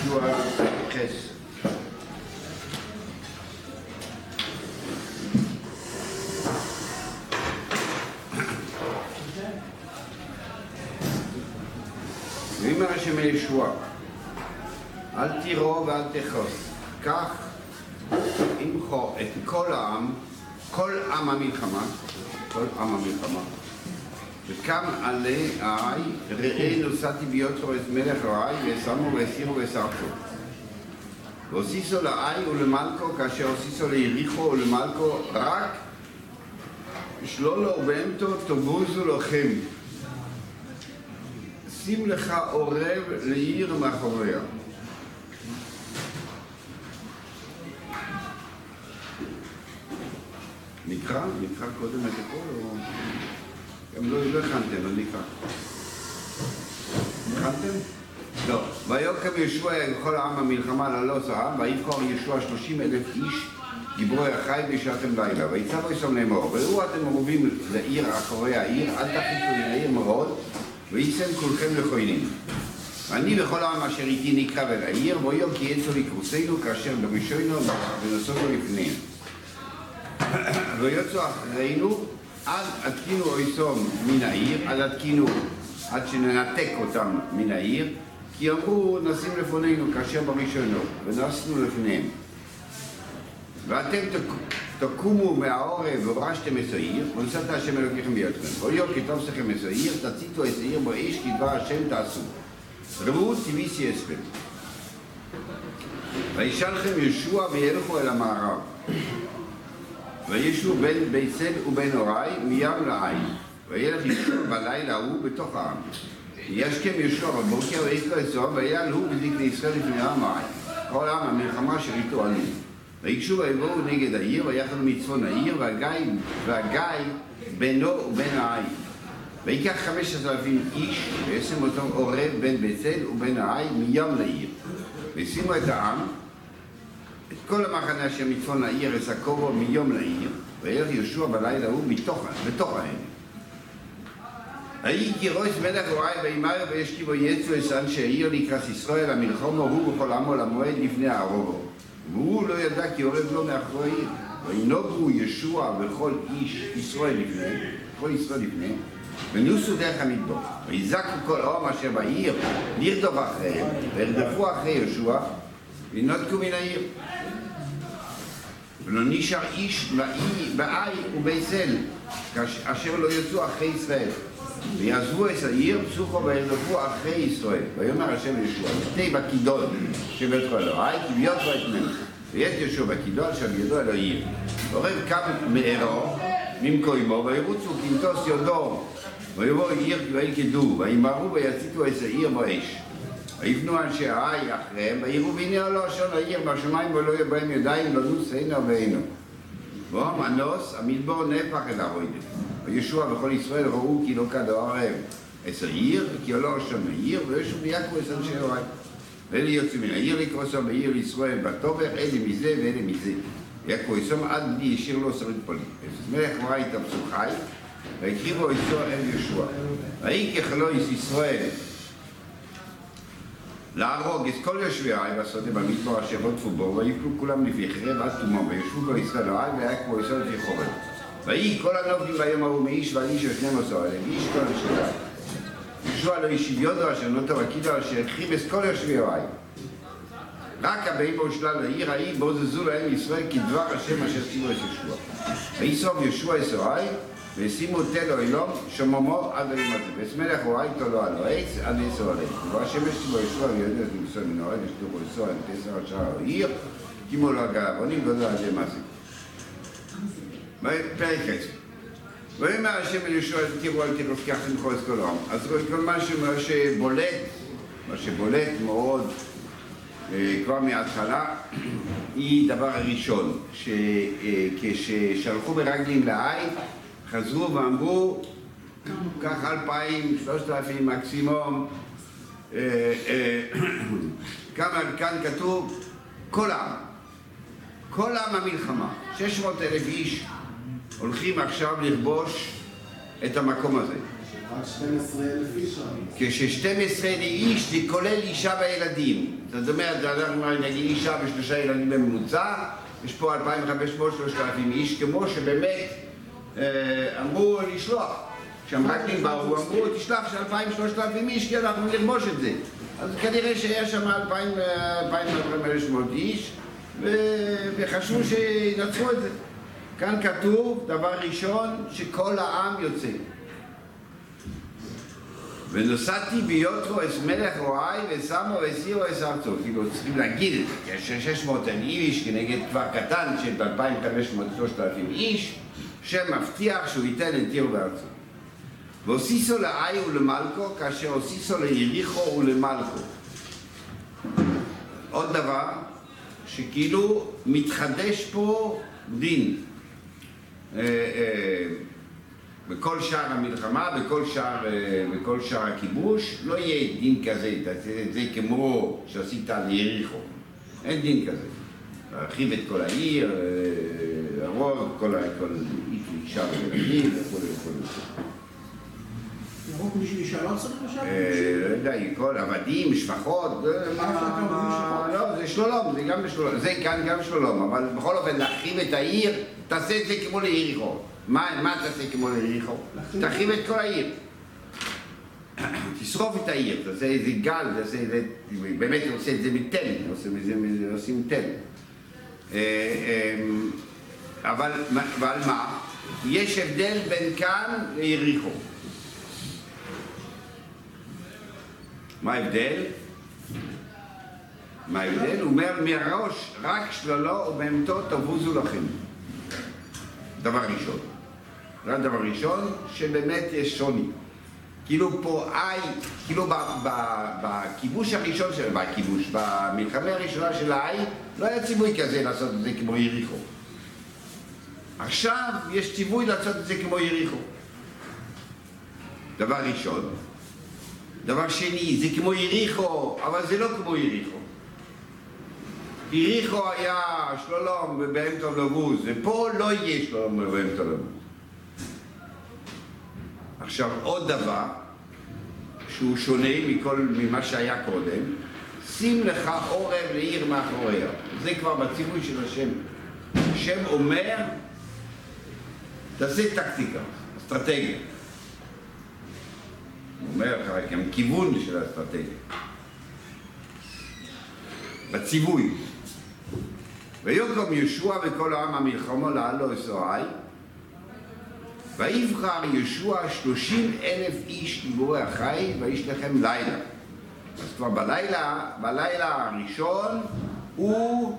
ישוע חס. ואומר השם אל ישוע, אל תירוא ואל תחוס, קח עמך את כל העם, כל עם המלחמה, וקם עלי העי, ראה נוסעתי ביותו את מלך העי, ושמו והסירו ושרפו. והוסיסו לעי ולמלכו, כאשר הוסיסו ליריחו ולמלכו, רק שלולו ובהמתו תבוזו לכם. שים לך עורב לעיר מאחוריה. נקרא קודם את הכל או... גם לא הכנתם, אני אקרא. הכנתם? לא. ויקם ישוע לכל העם המלחמה לעלות העם, ויבחר ישוע 30,000 איש גיבורי החי בשעתם לילה. ויצבו יסום לאמור, וראו אתם ערובים לעיר אחורי העיר, אל תחיתו לעיר מאוד, ויישם כולכם לכהנים. אני וכל העם אשר איתי נקרב אל העיר, ויאמר כי יצאו לקרוסנו כאשר בראשנו ונסוגו לפניהם. ויוצאו אחרינו עד עדכינו אויסום מן העיר, עד שננתק אותם מן העיר, כי אמרו נשים לפנינו כאשר בראשנו ונסנו לפניהם. ואתם תקומו מהעורב ורשתם את העיר, ונשאת השם אלוקיכם בידכם. ויאמר כי תפסכם את העיר, תציתו את העיר באש, כי דבר השם תעשו. ראו תביסי אספל. וישלחם ישוע וילכו אל המערב. וישו בין ביצל ובין הוראי מים לעין. וילך ישוע בלילה הוא בתוך העם. וישכם ישוע בבוקר ויקרא את זוהר, ויעל הוא בזיק לישראל לפני העם העין. כל העם המלחמה אשר איתו עלו. ויגשו ויבואו נגד העיר, ויחדו מצפון העיר, והגיא בינו ובין העין. ויקח 5,000 איש, וישם אותם עורב בין ביצל ובין העין מים לעיר. ושימו את העם, את כל המחנה אשר מצפון העיר אסקובו מיום לעיר, וילך ישוע בלילה הוא בתוך העין. ויהי כי רויס מלך הוראי ויאמר וישכיבו יצאו את אנשי העיר לקראת ישראל המלחמה הוא וכל עמו למועד לפני הערובו. והוא לא ידע כי עורב לו מאחורי העיר. וינוגו ישוע וכל ישראל לפני, ונוסו דרך המדבר. ויזעקו כל העם אשר בעיר לרדוף אחריהם, וירדפו אחרי ישוע, וינתקו מן העיר. ולא נשאר איש בעי וביצל, אשר לא יצאו אחרי ישראל. ויעזבו את העיר, פסוחו וירדפו אחרי ישראל. ויאמר השם ישוע, תהי בכידון שבתך אלוהי, כי ביותו את מלך. וית ישוע בכידון שבידו אל העיר. ועורב קם מערו, ממקומו, וירוצו כנתוס יודו. ויבואו עיר וילכדו, וימהרו ויציתו את העיר באש. ויבנו אנשי העי אחריהם, ויראו והנה עלו לשון העיר בשמיים ולא יהיו בהם ידיים, לא נוס עינו ועינו. והמנוס המדבר נהפך אל הרוידת. וישוע וכל ישראל ראו כי לא כדור רעב את העיר, כי עלו לשון העיר, וישו ויעקו את אנשי העי. ואלה יוצאים מן העיר לקרוסם בעיר ישראל בתווך, אלה מזה ואלה מזה. ויעקו יסום עד בלי ישיר לו שריד פוליט. מלך הוראי תפסו חי, ויקריבו יצוא אל ישוע. ויהי ככלויס ישראל להרוג את כל יושבי העי והשדה במדבר אשר רודפו בו, ויפלו כולם לפי חרב עד תומם, וישבו בו ישראל העי, והיה כמו ישראל לפי חורב. ויהי כל הנובדים ביום ההוא מאיש ועל איש ו12,000 איש כל אנשי העי. ישוע לא השיב יודו אשר נותו וקידו אשר החריב את כל יושבי העי. רק הבאים בו שלל העיר ההיא בוזזו להם ישראל כדבר השם אשר ציוו את ישוע. ויסוב ישוע את העי, ושימו תלו אלום שמומו עד היום הזה. ואת מלך הוראי תולו עלו עץ עד יסור עליהם. והשמש ציבו ישוע ויודע את נמסור מן הוראי ושתוכו לסור על תסר השער העיר, כמו לו הגלבונים גודל עד יום הזה. פרק 10. ואומר השם אל ישוע תראו אל תרופקח למחו את כל העם. אז כל מה שבולט מאוד כבר מההתחלה היא דבר הראשון, שכששלחו ברגלים לעי חזרו ואמרו כך 2,000, 3,000 מקסימום. כאן כתוב כל עם המלחמה, 600,000 איש הולכים עכשיו לכבוש את המקום הזה. רק 12,000 איש. כש-12,000 איש זה כולל אישה וילדים. זאת אומרת, אנחנו נגיד אישה ו3 ילדים בממוצע, יש פה 2,500-3,000 איש, כמו שבאמת אמרו לשלוח. כשהמרגלים באו, אמרו, תשלח ש2,000-3,000 איש, כי אנחנו נרמוש את זה. אז כנראה שיש שם 2,500 איש, וחשבו שינצחו את זה. כאן כתוב, דבר ראשון, שכל העם יוצא. ונוסעתי ביוטרו את מלך רועי ושמו והסירו את ארצו. כאילו צריכים להגיד את זה, כי יש 600 איש כנגד כבר קטן של 2,500-3,000 איש, שמבטיח שהוא ייתן את עיר בארצו. והוסיסו לאי ולמלכו, כאשר הוסיסו ליריחו ולמלכו. עוד דבר, שכאילו מתחדש פה דין. בכל שער המלחמה, בכל שער הכיבוש, לא יהיה דין כזה, זה כמו שעשית ליריחו. אין דין כזה. להרחיב את כל העיר, הרוב, כל אישה וילדים, וכל זה. ירוק מישהו אישה לא צריך לשם? לא יודע, כל עבדים, משפחות, לא, זה שלום, זה גם בשלום, זה כאן גם שלום, אבל בכל אופן להרחיב את העיר, תעשה את זה כמו ליריחו. מה תעשה כמו ליריחו? תרחיב את כל העיר. תשרוף את העיר, תעשה איזה גל, באמת עושה את זה מתל, עושים תל. אבל מה? יש הבדל בין כאן ליריחו. מה ההבדל? מה ההבדל? הוא אומר מראש, רק שלולו ובהמתו תבוזו לכם. דבר ראשון. זה הדבר ראשון, שבאמת יש שוני. כאילו פה כאילו בכיבוש הראשון של, במלחמה הראשונה של לא היה ציווי כזה לעשות את זה כמו יריחו. עכשיו יש ציווי לעשות את זה כמו יריחו. דבר ראשון. דבר שני, זה כמו יריחו, אבל זה לא כמו יריחו. יריחו היה שלום ובהמתו לבוז, ופה לא יהיה שלום ובהמתו לבוז. עכשיו עוד דבר, שהוא שונה ממה שהיה קודם, שים לך עורב לעיר מאחוריה. זה כבר בציווי של השם. השם אומר, תעשה טקטיקה, אסטרטגיה. הוא אומר לך גם כיוון של האסטרטגיה. בציווי. ויקום ישוע וכל העם המלחמו לעלו אסורי, ויבחר ישוע 30,000 איש גיבורי החי, וישלחם לילה. אז כבר בלילה הראשון הוא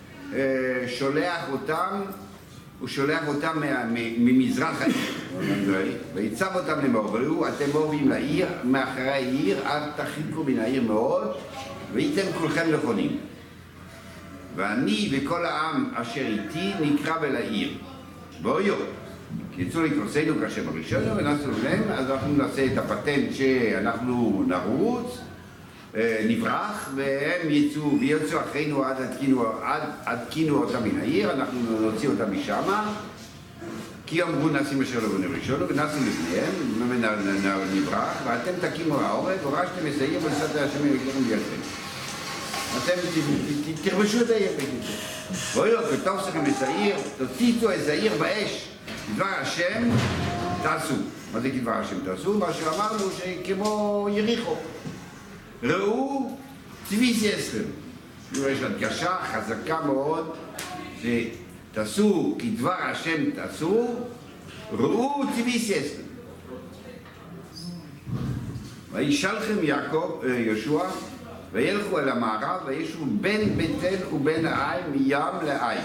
שולח אותם ממזרח העיר, ויצב אותם לאמור, וראו אתם אוהבים לעיר, מאחרי העיר, אל תחיקו מן העיר מאוד, והייתם כולכם נכונים. ואני וכל העם אשר איתי נקרב אל העיר. ואויו, כי יצאו להתרסנו כשם הראשון, ונסו להם, אז אנחנו נעשה את הפטנט שאנחנו נרוץ, נברח, והם ויצאו אחרינו עד קינו אותם מן העיר, אנחנו נוציא אותם משם, כי אמרו נשים אשר לא בני ראשון, ונסו לפניהם, נברח, ואתם תקימו העורף, הורשתם את העיר ולשאת השם יקרם בידכם. אתם תרבשו את העיר בגידו. ואויו, כתוב לכם את העיר, תוציאו את העיר באש, דבר השם תעשו. מה זה כדבר השם תעשו? מה שאמרנו שכמו יריחו. ראו ציוויס יסכם. יש הדגשה חזקה מאוד שתעשו כדבר השם תעשו, ראו ציוויס יסכם. וישלחם יעקב יהושע וילכו אל המערב וישבו בין בית אל ובין העי מים לעי.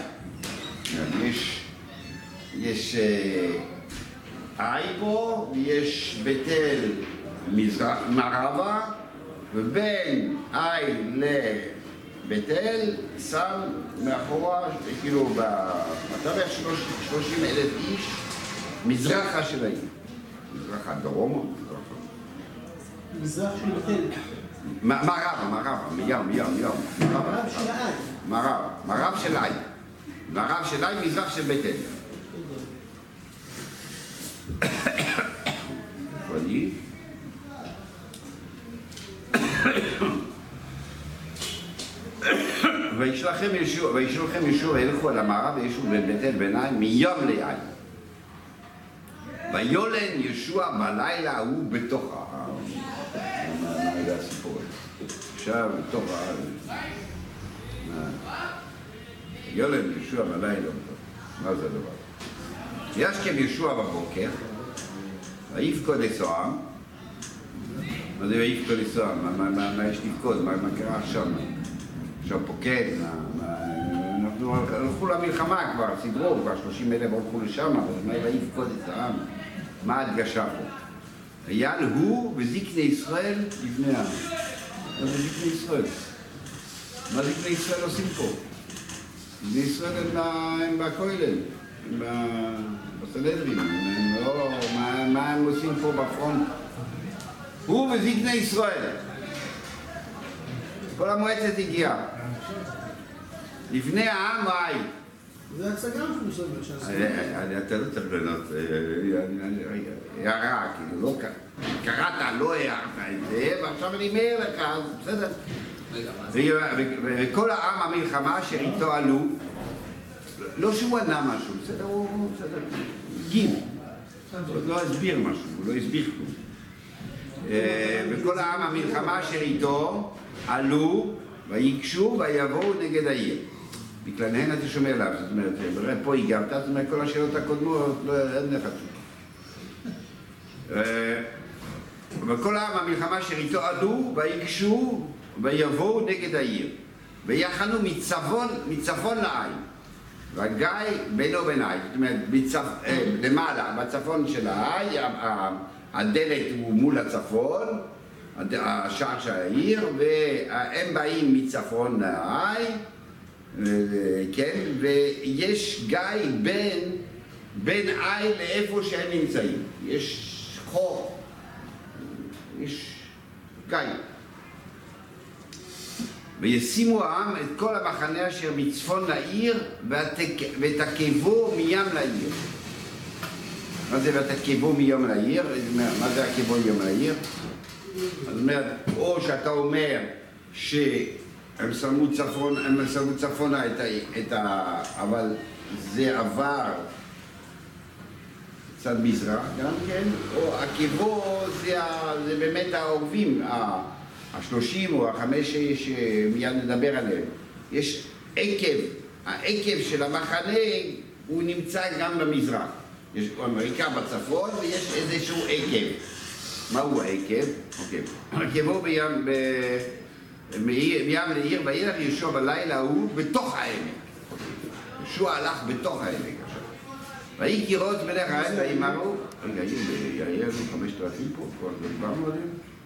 יש עי פה ויש בית אל מערבה, ובין עי לבית אל שם מאחורה, כאילו במטרה 30,000 איש מזרחה של העיר. מזרחה דרומה? מזרח של בית אל. מערבה, ים. מערב של העי. מערב של עי. מערב של עי, מזרח של בית אל. איפה אני? וישלחם ישוע וילכו אל המערב וישבו בבית אל ביניים מיום ליין. ויולן ישוע בלילה ההוא בתוך ההר. זה הסיפור הזה. עכשיו בתוך ההר. יולן ישוע בלילה בתוך. מה זה הדבר? ישכם ישוע בבוקר, ויפקוד את העם. מה זה ויפקוד את העם? מה יש לפקוד? מה קרה עכשיו? עכשיו פוקד, אנחנו הלכו למלחמה כבר, סידרו, כבר 30,000 הלכו לשם, אבל מה ויפקוד את העם? מה ההדגשה פה? היה הוא וזקני ישראל לפני העם. מה זה זקני ישראל? מה זקני ישראל עושים פה? זקני ישראל הם בכולל, הם בסנהדרין, מה הם עושים פה בפרונט? הוא וזקני ישראל. כל המועצת הגיעה. לפני העם ראי. זה הצגה מפורסמת שעשו. אתה לא צריך לענות, הערה, כאילו, לא קראת, לא הערת את זה, ועכשיו אני מעיר לך, בסדר. וכל העם המלחמה אשר איתו עלו, לא שהוא ענה משהו, בסדר, הוא הגיב. הוא לא הסביר משהו, הוא לא הסביר כלום. וכל העם המלחמה אשר איתו עלו ויקשו ויבואו נגד העיר. בכללהן אתה שומע עליו, זאת אומרת, פה הגבת, זאת אומרת, כל השאלות הקודמות, אין לך תשובה. וכל העם המלחמה אשר איתו עלו ויקשו ויבואו נגד העיר. ויחנו מצפון לעין. והגיא בינו ובין העין, זאת אומרת, למעלה, בצפון של העין, הדלת הוא מול הצפון, השער של העיר, והם באים מצפון לעין, כן, ויש גיא בין עין לאיפה שהם נמצאים. יש חור, יש גיא. וישימו העם את כל המחנה אשר מצפון לעיר, ותקבו מים לעיר. מה זה ותקבו מים לעיר? מה זה הקבו מים לעיר? זאת אומרת, או שאתה אומר שהם שמו צפונה אבל זה עבר צד מזרח גם כן, או הקבו זה באמת העורבים, ה-30 או ה-5 שמיד נדבר עליהם. יש העקב של המחנה הוא נמצא גם במזרח. יש אמריקה בצפון ויש איזשהו עקב. מהו העקב? עקבו מים לעיר, וילך ישוע בלילה ההוא בתוך העמק. ישוע הלך בתוך העמק עכשיו. ויהי קירות מלך העמק ויאמרו, רגע, היה לנו 5,000 פה, כבר דיברנו עליהם?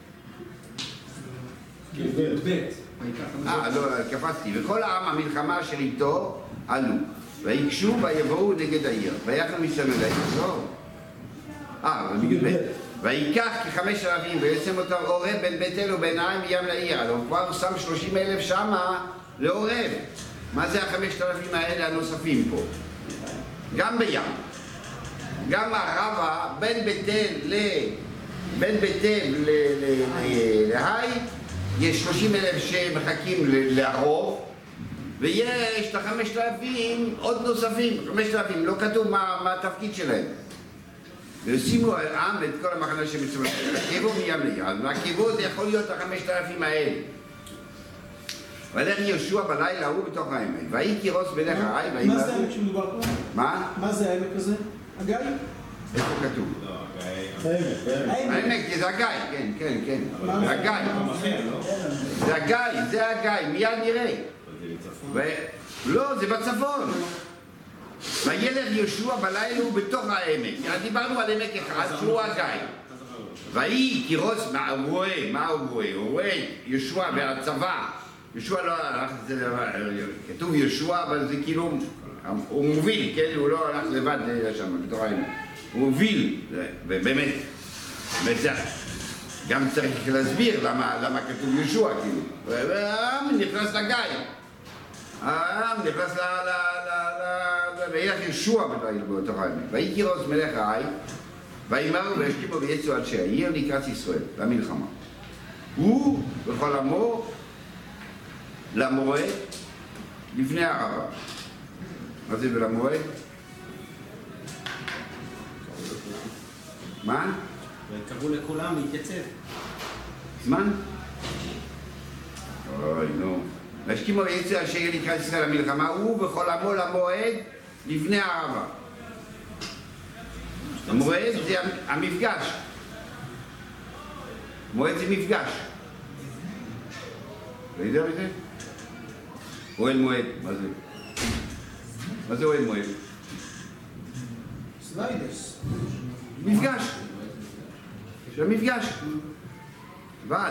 לא, קפצתי. וכל העם המלחמה אשר איתו עלו, ויקשו ויבואו נגד העיר. ויחנו מסביב לעיר. לא. ויקח כ5,000 וישם אותם עורב בין בית אל ובין עין מים לעיר. הלוא הוא כבר שם 30,000 שמה לעורב. מה זה ה5,000 האלה הנוספים פה? גם בים. גם הרבה בין בית אל להי יש 30,000 שמחכים לערוב, ויש את ה5,000 עוד נוספים, 5,000, לא כתוב מה התפקיד שלהם. ושימו העם את כל המחנה שמצוות, הקבו מים לעיר, והקבו זה יכול להיות ה5,000 האלה. וילך יהושע בלילה ההוא בתוך העמק, ויהי קירוס מלך העין, מה זה העמק שמדובר פה? מה? מה זה העמק הזה? הגיא? איפה כתוב? העמק זה הגיא, כן. זה הגיא. זה הגיא, זה הגיא, מיד נראה. לא, זה בצפון. וילך יהושע בלילה הוא בתוך העמק. דיברנו על עמק אחד שהוא הגיא. ויהי קירוס, מה הוא רואה? הוא רואה יהושע והצבא. יהושע לא הלך, כתוב יהושע, אבל זה כאילו, הוא מוביל, כן? הוא לא הלך לבד שם, בתוך העמק. הוא מוביל, ובאמת, גם צריך להסביר למה כתוב יהושע, כאילו. והעם נכנס לגיא. העם נכנס וילך יהושע בתוך העמק. ויהי קירוס מלך העין, ויאמרו וישכימו ויצאו עד שהעיר לקראת ישראל, למלחמה. הוא וכל עמו למורה לפני הערבה. מה זה ולמועד? מה? וקראו לכולם להתייצב. זמן? אוי, נו. והשכימו ויצא אשר לקראת ישראל למלחמה, הוא בכל עמו למועד לפני הערבה. המועד זה המפגש. מועד זה מפגש. לא יודע מזה? אוהל מועד, מה זה? מה זה אוהל מועד? סליידס. מפגש. של המפגש. ועד.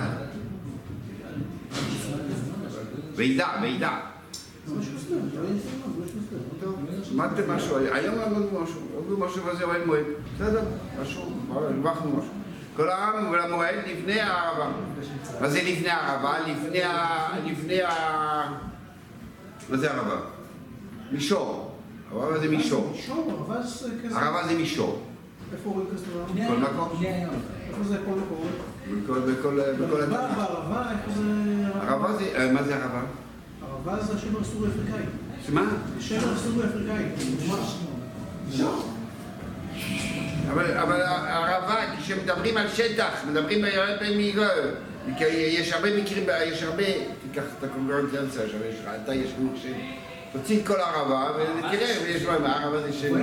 ועידה. זה משהו סתם, זה לא יפה, משהו סתם. טוב, למדתם משהו, היום למדנו משהו, עוד משהו וזה אוהל מועד. בסדר, משהו, הרווחנו משהו. כל העם ולמועד לפני הערבה. מה זה לפני הערבה? לפני מה זה ערבה? מישור. ערבה זה מישור. מישור, ערבה זה כזה. ערבה זה מישור. איפה רואים כזה דבר? כל מקום. איפה זה כל מקום? בכל הדברים. בערבה, איפה זה... ערבה זה, מה זה ערבה? ערבה זה השבר הסורי-אפריקאי. שמה? השבר הסורי-אפריקאי. אבל הערבה, כשמדברים על שטח, מדברים יש הרבה מקרים, יש הרבה, תיקח את הקונגרנציאציה, אתה יש מחשב, תוציא את כל הערבה ותראה, ויש מה, הערבה זה של...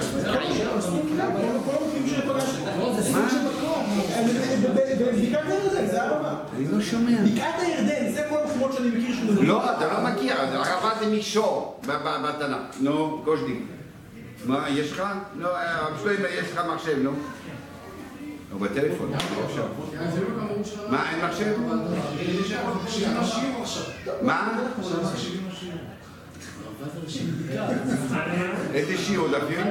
מה? בבקעת הירדן, זה הערבה. אני לא שומע. בקעת הירדן, זה כל המקומות שאני מכיר שזה... לא, אתה לא מכיר, הערבה זה מישור בתנ"ך. נו, גושדיק. מה, יש לך? לא, שלמה, יש לך מחשב, לא? או בטלפון, אפשר. מה, אין מחשב? מה? איזה שיעור דפים?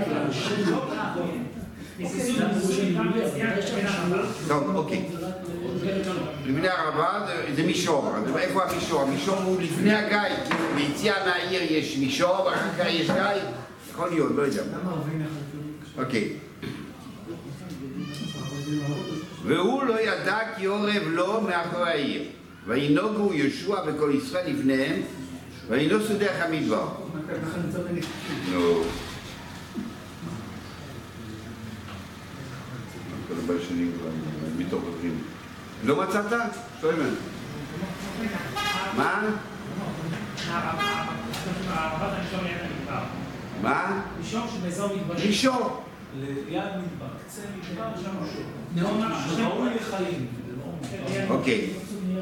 טוב, אוקיי. לפני הערבה זה מישור. איפה המישור? המישור הוא לפני הגיא. ביציאה מהעיר יש מישור, ואחר כך יש גיא. יכול להיות, לא יודע. אוקיי. והוא לא ידע כי עורב לו מאחורי העיר. וינהוגו יהושע וכל ישראל לפניהם, וינוסו דרך המדבר. נו. כל הבא שני מתוך הדברים. לא מצאת? שלמה. מה? מה? מישור שבאזור מדברי. מישור. ליד מדבר. קצה מדבר, שם ראוי לחיים. אוקיי.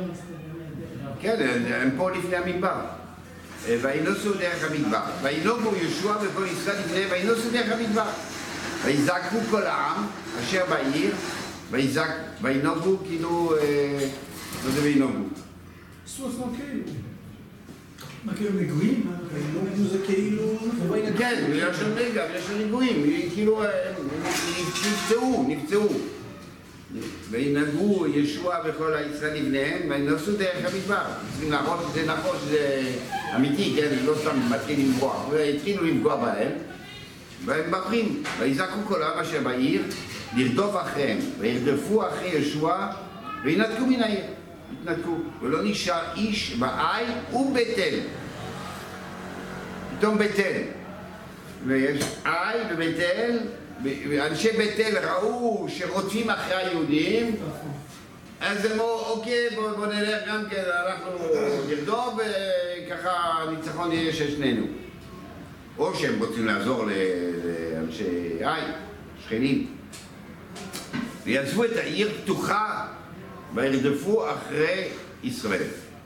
כן, הם פה לפני המדבר. וינוסו דרך המדבר. וינהוגו יהושע וכל ישראל לפניהם, וינוסו דרך המדבר. ויזעקו כל העם אשר בעיר, וינהוגו כאילו... מה זה וינהוגו? עשו עצמם כאילו. מה כאילו נגועים? וינהוגו זה כאילו... כן, יש שם רגע, יש שם נגועים, כאילו נפצעו. וינהגו יהושע וכל ישראל לבניהם, וינוסו דרך המדבר. צריכים להראות שזה נכון, שזה אמיתי, כן? זה לא סתם מתחיל לברוח. התחילו לפגוע בהם, והם ברחים. ויזעקו כל העם אשר בעיר, לרדוף אחריהם, וירדפו אחרי יהושע, וינתקו מן העיר. התנתקו, ולא נשאר איש בעי ובית אל. פתאום בית אל. ויש עי ובית אל, ואנשי בית אל ראו שרודפים אחרי היהודים, אז הם אמרו, אוקיי, בוא נלך גם כן, אנחנו נרדוף, וככה הניצחון יהיה של שנינו. או שהם רוצים לעזור לאנשי עי, שכנים. ויעזבו את העיר פתוחה, וירדפו אחרי ישראל.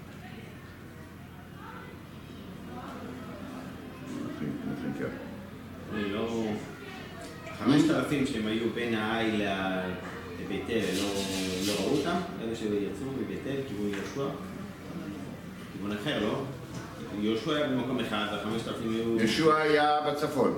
לא... 5,000 שהם היו בין העי לבית אל, לא ראו אותם? אלה שיצאו מבית אל, כיוון יהושע? כיוון אחר, לא? יהושע היה במקום אחד, ו5,000 היו... יהושע היה בצפון.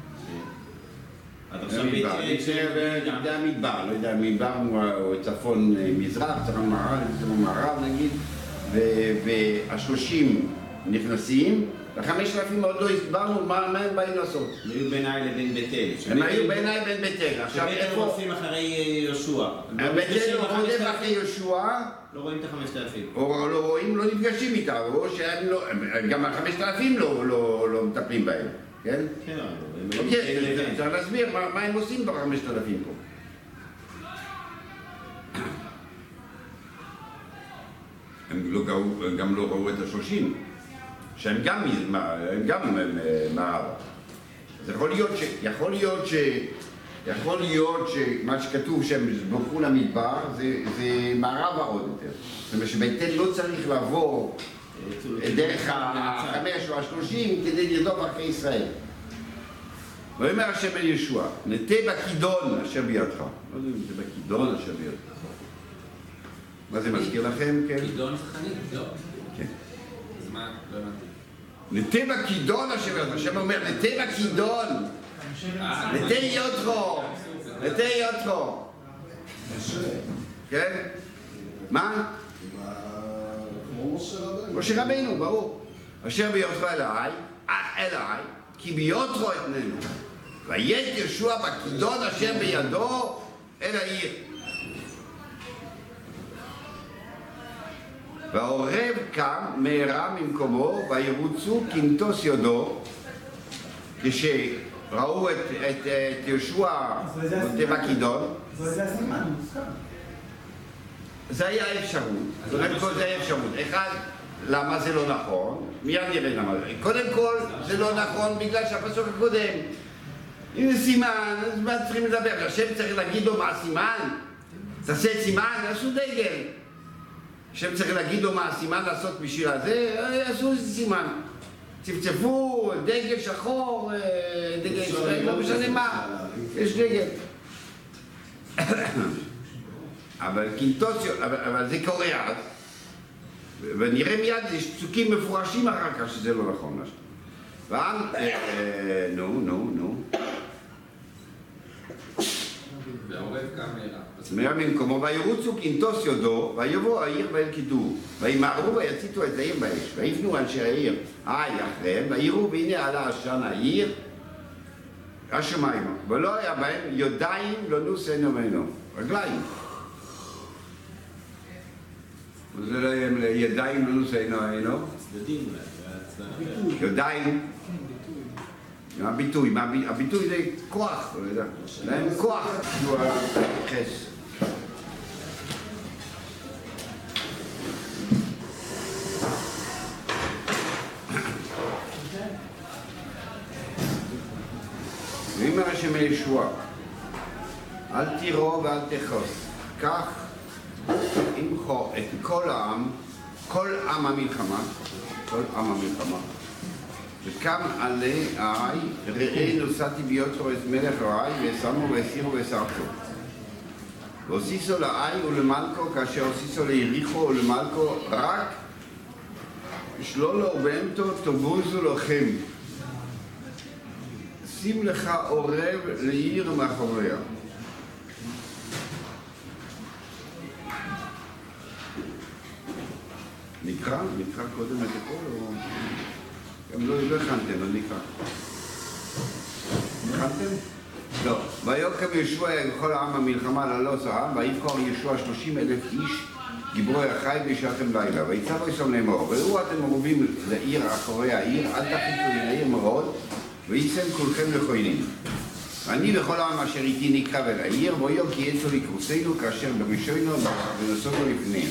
עד עכשיו בית אל... זה המדבר, לא יודע, המדבר הוא צפון מזרח, צפון מערב נגיד, וה30 נכנסים, ו5,000 עוד לא הסברנו מה הם באים לעשות. הם היו בין העי לבין בית אל. הם היו בין העי לבין בית אל. עכשיו איפה רודפים אחרי יהושע? בית אל רודף אחרי יהושע, לא רואים את ה-5,000. או לא רואים, לא נפגשים איתם, או שהם לא, גם ה-5,000 לא מטפלים בהם, כן? כן, אוקיי, צריך להסביר מה הם עושים ב-5,000 פה. הם גם לא ראו את ה-30, שהם גם מערב. אז יכול להיות שמה שכתוב שהם ברחו למדבר זה מערבה עוד יותר. זאת אומרת שבית אל לא צריך לעבור דרך ה-5 או ה-30 כדי לרדוף אחרי ישראל. ואומר השם אל ישוע, נטה בכידון אשר בידך. לא יודע אם זה בכידון אשר בידך. מה זה מזכיר לכם? כידון זה חנית, לא? כן. אז מה? לא הבנתי. נטה בכידון אשר בידך. השם אומר, נטה בכידון. נטה יותרו. נטה יותרו. כן? מה? משה רבינו, ברור. אשר ביותרו אליי, כי ביותרו אתננו. ויית ישוע בכידון אשר בידו אל העיר. והעורב קם מהרה ממקומו וירוצו כנטוס יודו. כשראו את ישוע בכידון, זה הסימן, מוזכר. זה היה האפשרות. קודם כל זה היה האפשרות. אחד, למה זה לא נכון? מיד נראה למה. קודם כל זה לא נכון בגלל שהפסוק הקודם. אם זה סימן, אז מה צריכים לדבר? השם צריך להגיד לו מה הסימן? תעשה סימן, עשו דגל. השם צריך להגיד לו מה הסימן לעשות בשביל הזה, עשו איזה סימן. צפצפו, דגל שחור, דגל ישראל, לא משנה מה, יש דגל. אבל זה קורה אז, ונראה מיד, יש פסוקים מפורשים אחר כך שזה לא נכון. והעם, נו. והעורב קם מהרה. מהרה ממקומו, וירוצו כנטוס יודו, ויבוא העיר ואל כידור. וימהרו ויציתו את העיר באש, ויפנו אנשי העיר אחריהם, ויראו והנה עלה עשן העיר השמיימה, ולא היה בהם ידיים לא נוס אינו ממנו, רגליים. זה לא היה ידיים לא נוס אינו ממנו. צדדים אולי, ידיים. הביטוי זה כוח, לא יודע. להם כוח. שהוא החס. ואומר השם אל ישוע, אל תירוא ואל תחוס. כך ימחו את כל עם המלחמה, וקם עלי העי, ראה נוסעתי ביותרו את מלך העי, ושמו והסירו ושרפו. והוסיסו לעי ולמלכו, כאשר הוסיסו ליריחו ולמלכו, רק שלולו ובהמתו תבוזו לכם. שים לך עורב לעיר מאחוריה. נקרא קודם את הכל או... גם לא הכנתם, לא נקרא. הכנתם? לא. ויקם ישוע בכל העם המלחמה ללא העם, ויבחר ישוע 30,000 איש גיבורי החי וישרתם לילה. ויצב וישם לאמור, וראו אתם מרובים לעיר אחורי העיר, אל תחיתו מן העיר מראות, ויצאם כולכם לכהנים. ואני וכל העם אשר איתי נקרב אל העיר, ויאמר כי יצאו לקרוסנו כאשר בראשינו ונסוגו לפניהם.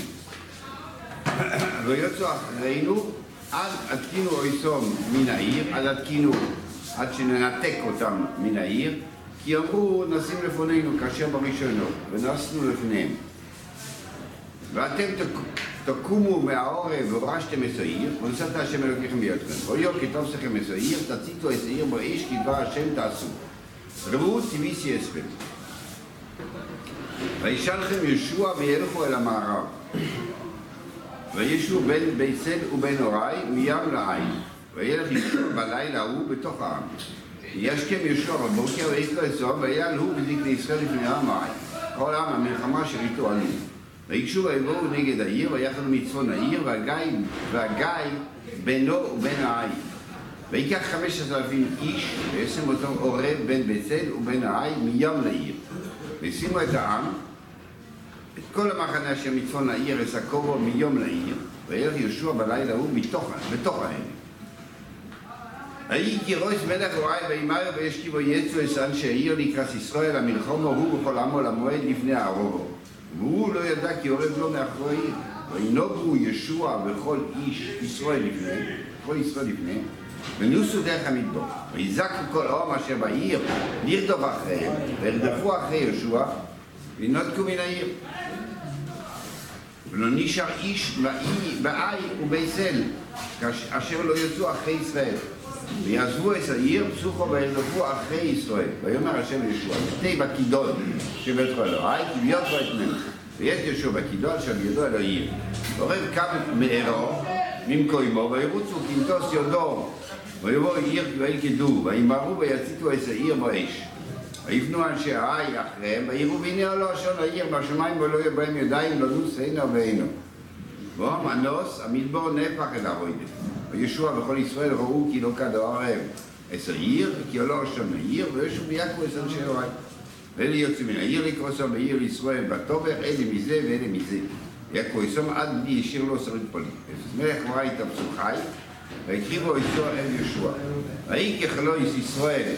ויוצאו אחרינו עד עדכינו אויסום מן העיר, עד שננתק אותם מן העיר, כי אמרו נשים לפנינו כאשר בראשינו ונסנו לפניהם. ואתם תקומו מהעורב והורשתם את העיר, ונשאת השם אלוקיכם בידכם. ויאמר כי תפסכם את העיר, תציתו את העיר באש, כי דבר השם תעשו. ראו תביסי אספם. וישלחם ישוע וילכו אל המערב. וישו בין ביצל ובין הוראי מים לעין. וילך ישוע בלילה ההוא בתוך העם. וישכם ישוע בבוקר ויקרא את זוהר, ויעל הוא בזקני ישראל לפני העם העין. כל העם המלחמה אשר איתו עלו. ויגשו ויבואו נגד העיר, ויחדו מצפון העיר, והגיא בינו ובין העין. ויקח 5,000 איש, וישם אותם עורב בין ביצל ובין העין מים לעיר. ושימו את העם, את כל המחנה אשר מצפון לעיר אסקובו מיום לעיר, וילך יהושע בלילה הוא בתוך העיר. ויהי כי רויס מלך רועי וימר וישכיבו יצאו אס אנשי העיר לקראת ישראל המלחמה הוא וכל עמו למועד לפני הערובו. והוא לא ידע כי עורב לו מאחורי העיר. וינוגו ישוע וכל איש ישראל לפני, ונוסו דרך המדבר. ויזעקו כל העם אשר בעיר לרדוף אחריהם, וירדפו אחרי ישוע, וינותקו מן העיר. ולא נשאר איש באי ובייסל, אשר לא יצאו אחרי ישראל. ויעזבו את העיר פסוחו וירדפו אחרי ישראל. ויאמר השם לישוע, תהי בכידון שבית אלוהי, כי ביות בו את מלך. ויש ישוע בכידון שבידו אל העיר. ועורב קם מארו ממקומו, וירוצו כמטוס יודו, ויבואו עיר וילכדו, וימהרו ויציתו את העיר באש. ויבנו אנשי העי אחריהם, ויראו והנה עלו לשון העיר בשמיים ולא יהיו בהם ידיים, לא נוס עינו ועינו. ואום אנוס המדבר נהפך אל הרוידת. וישוע וכל ישראל ראו כי לא כדור הם את העיר, כי עלו לשון העיר, וישו ויעקו את אנשי העי. ואלה יוצאים מן העיר לקרוסם בעיר ישראל בתווך, אלה מזה ואלה מזה. יעקו יסום עד בלי ישיר לו שריד פוליט. מלך רועי תפסו חי, והקריבו ישוע אל ישוע. ויהי ככלויס ישראל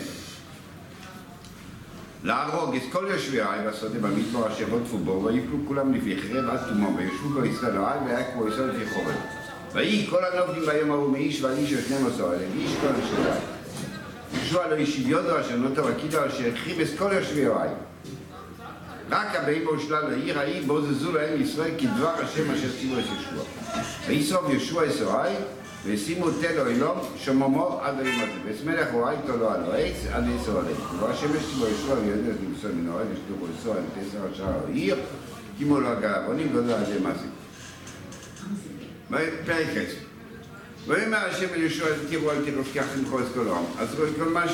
להרוג את כל יושבי העי והשדה במדבר אשר הוטפו בו, ויפלו כולם לפי חרב עד תומו, וישבו בו ישראל העי, ויעקו ישראל לפי חורב. ויהי כל הנובלים ביום ההוא מאיש ועד איש 12,000, איש כל אנשי העי. ישוע לא השיב יודו אשר נותו וקידו אשר החריב את כל יושבי העי. רק הבאים שלל העיר ההיא בוזזו להם ישראל כדבר השם אשר ציוו את ישוע. ויסוב ישוע את העי, ושימו תל אילום שוממו עד היום הזה. ואת מלך רועי תולו על העץ עד יסו עליהם. והשמש ציוו ישוע ויודע את למסור מן העי ושלוחו יסוע על תסר השער העיר, כמו לא הגל עוונים גודל על זה מעשי. פרק 10. ויאמר השם אל ישוע תראו אל תלוקח למחוז כל העם. אז כל מה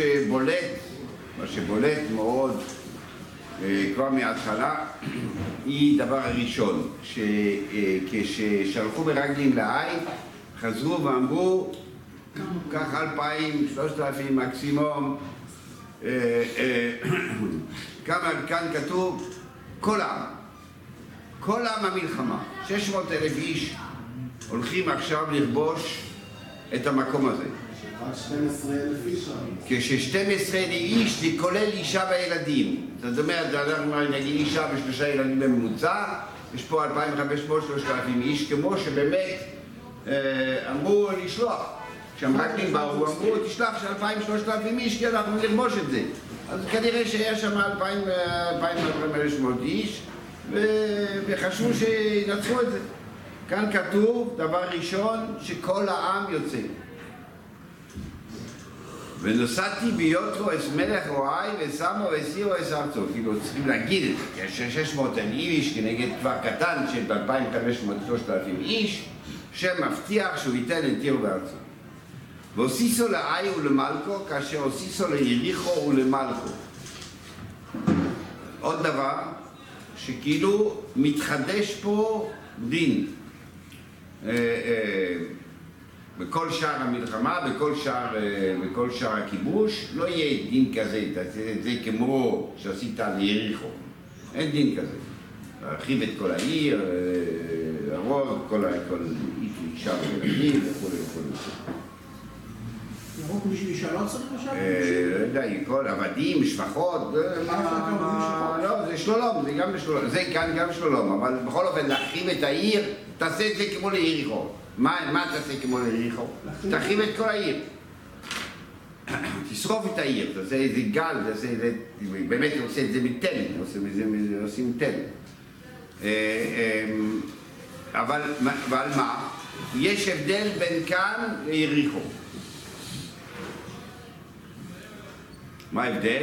שבולט מאוד כבר מההתחלה היא דבר הראשון, שכששלחו ברגלים לעי, חזרו ואמרו, כך 2,000, 3,000 מקסימום, כאן כתוב, כל עם המלחמה, 600,000 איש הולכים עכשיו לכבוש את המקום הזה. 12,000 איש. כש-12,000 איש זה כולל אישה וילדים. זאת אומרת, אנחנו נגיד אישה ו3 ילדים בממוצע, יש פה 2,500-3,000 איש, כמו שבאמת אמרו לשלוח. כשהמרגלים באו, אמרו תשלח 2,000-3,000 איש, כי אנחנו נלמוש את זה. אז כנראה שיש שם 2,500 איש, וחשבו שינצחו את זה. כאן כתוב, דבר ראשון, שכל העם יוצא. ונוסעתי ביותרו את מלך רועי ושמו וסירו את ארצו. כאילו צריכים להגיד את זה, כי 600,000 איש כנגד כבר קטן של 2,500-3,000 איש, שמבטיח שהוא ייתן את עיר וארצו. והוסיסו לעי ולמלכו, כאשר הוסיסו ליריחו ולמלכו. עוד דבר, שכאילו מתחדש פה דין. בכל שער המלחמה, בכל שער הכיבוש, לא יהיה דין כזה, תעשה את זה כמו שעשית ליריחו. אין דין כזה. להרחיב את כל העיר, להרוג, כל אישה וילדים וכו'. להרוג בשביל אישה לא צריך לשם? לא יודע, כל עבדים, שפחות, לא, זה שלום, זה גם שלום, זה כאן גם שלום, אבל בכל אופן להרחיב את העיר, תעשה את זה כמו ליריחו. מה תעשה כמו ליריחו? תרחיב את כל העיר. תשרוף את העיר, תעשה איזה גל, באמת עושה את זה מתל, עושים תל. אבל מה? יש הבדל בין כאן ליריחו. מה ההבדל?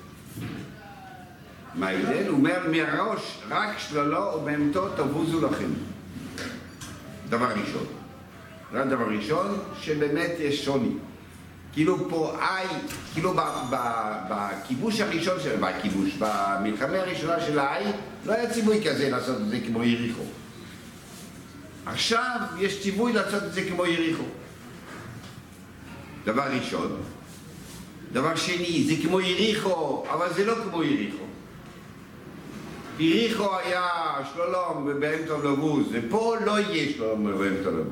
הוא אומר מראש, רק שללו ובהמתו תבוזו לכם. דבר ראשון. זה הדבר ראשון שבאמת יש שוני. כאילו פה כאילו בכיבוש הראשון של, במלחמה הראשונה של העי, לא היה ציווי כזה לעשות את זה כמו יריחו. עכשיו יש ציווי לעשות את זה כמו יריחו. דבר ראשון. דבר שני, זה כמו יריחו, אבל זה לא כמו יריחו. ביריחו היה שלום ובהם טוב לבוז, ופה לא יהיה שלום ובהם טוב לבוז.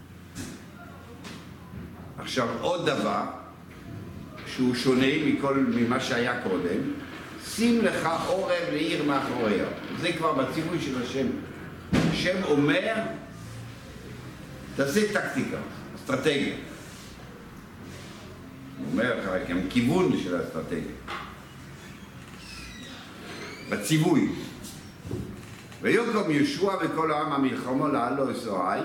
עכשיו עוד דבר, שהוא שונה ממה שהיה קודם, שים לך עורב לעיר מאחוריה. זה כבר בציווי של השם. השם אומר, תעשה טקטיקה, אסטרטגיה. הוא אומר לך גם כיוון של האסטרטגיה. בציווי. ויקום ישוע וכל העם המלחמו לעלו אסורי,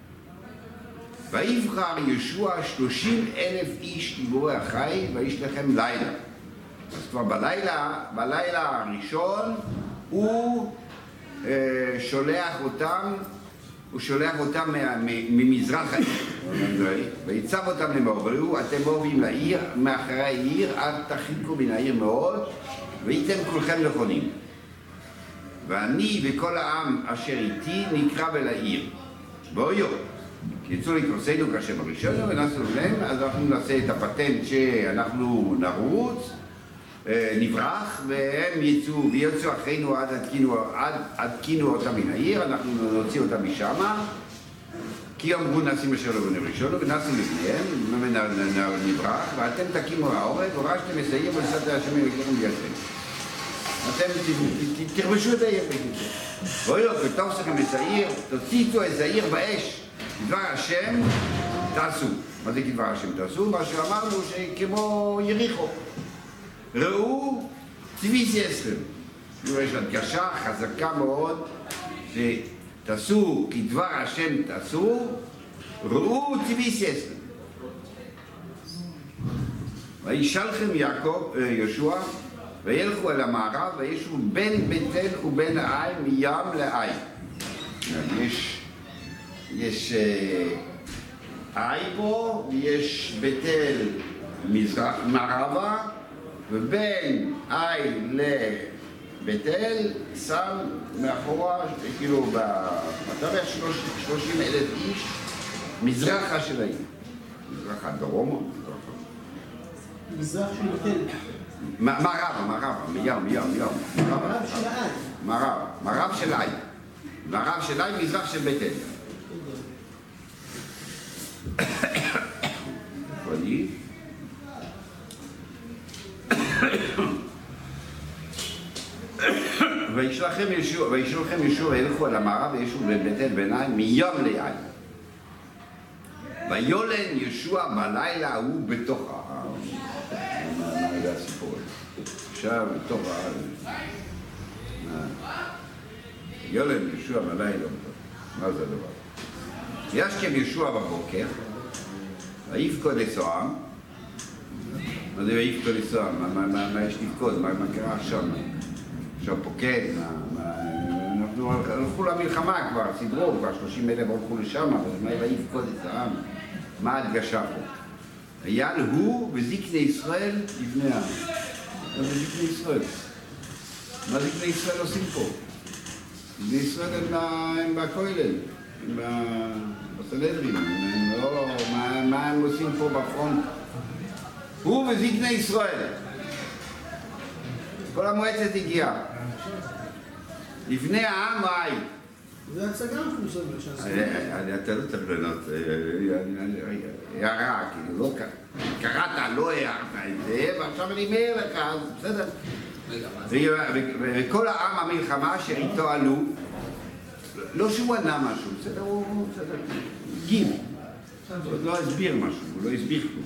ויבחר ישוע 30,000 איש גיבורי החי, וישלחם לילה. אז כבר בלילה הראשון הוא שולח אותם ממזרח העיר, ויצב אותם לאמור, וראו אתם אורבים לעיר, מאחורי העיר, אל תרחיקו מן העיר מאוד, והייתם כולכם נכונים. ואני וכל העם אשר איתי נקרב אל העיר. באויו. כי יצאו לקרוסנו כאשר בראשון, ונעשו להם, אז אנחנו נעשה את הפטנט שאנחנו נרוץ, נברח, והם ויצאו אחרינו עד קינו אותם מן העיר, אנחנו נוציא אותם משם, כי אמרו נעשים אשר לא בני ראשון, ונעשו לפניהם, נברח, ואתם תקימו העורף, ורשתם מסעיר ולשאת השם ילכם בידכם. אתם תכבשו את העיר בקיצור. ואויו, ותפסכם את העיר, תוציאו את העיר באש. כדבר השם תעשו. מה זה כדבר השם תעשו? מה שאמרנו שכמו יריחו. ראו ציוויס יסכם. יש הדגשה חזקה מאוד שתעשו כדבר השם תעשו, ראו ציוויס יסכם. וישלחם יהושע וילכו אל המערב וישבו בין בית אל ובין העי מים לעי. יש עי פה, יש בית אל מערבה, ובין עי לבית אל שם מאחורה, כאילו בתווך 30,000 איש, מזרחה של העיר. מזרחה דרומה. מזרח של בית אל. מערבה, מים. מערב של העי. מערב של עי. מערב של עי, מזרח של בית אל. וישלחם ישוע וילכו אל המערב וישבו בין בית אל ובין עי מים לעי. ויולן ישוע בלילה ההוא בתוך ההר. מה זה הסיפור הזה? עכשיו בתוך ההר. יולן ישוע בלילה. מה זה הדבר? ישכם ישוע בבוקר, ויפקוד אסועם. מה זה ויפקוד אסועם? מה יש לפקוד? מה קרה עכשיו? עכשיו פוקד? אנחנו הלכו למלחמה כבר, סידרו, כבר 30,000 הלכו לשם, אבל מה ויפקוד אסועם? מה ההדגשה פה? היה הוא וזקני ישראל לבני העם. מה זה זקני ישראל? מה זקני ישראל עושים פה? זקני ישראל הם בכולל. בסנהדרין, מה הם עושים פה בפרונט? הוא וזקני ישראל. כל המועצת הגיעה. לפני העם היי. זה הצגה מפורסמת שעשו. אתה לא צריך לענות, הערה, כאילו, לא קראת, לא הערת את זה, ועכשיו אני מעיר לך, בסדר. וכל העם המלחמה אשר איתו עלו, לא שהוא ענה משהו, בסדר, הוא גיב. הוא לא הסביר משהו, הוא לא הסביר כלום.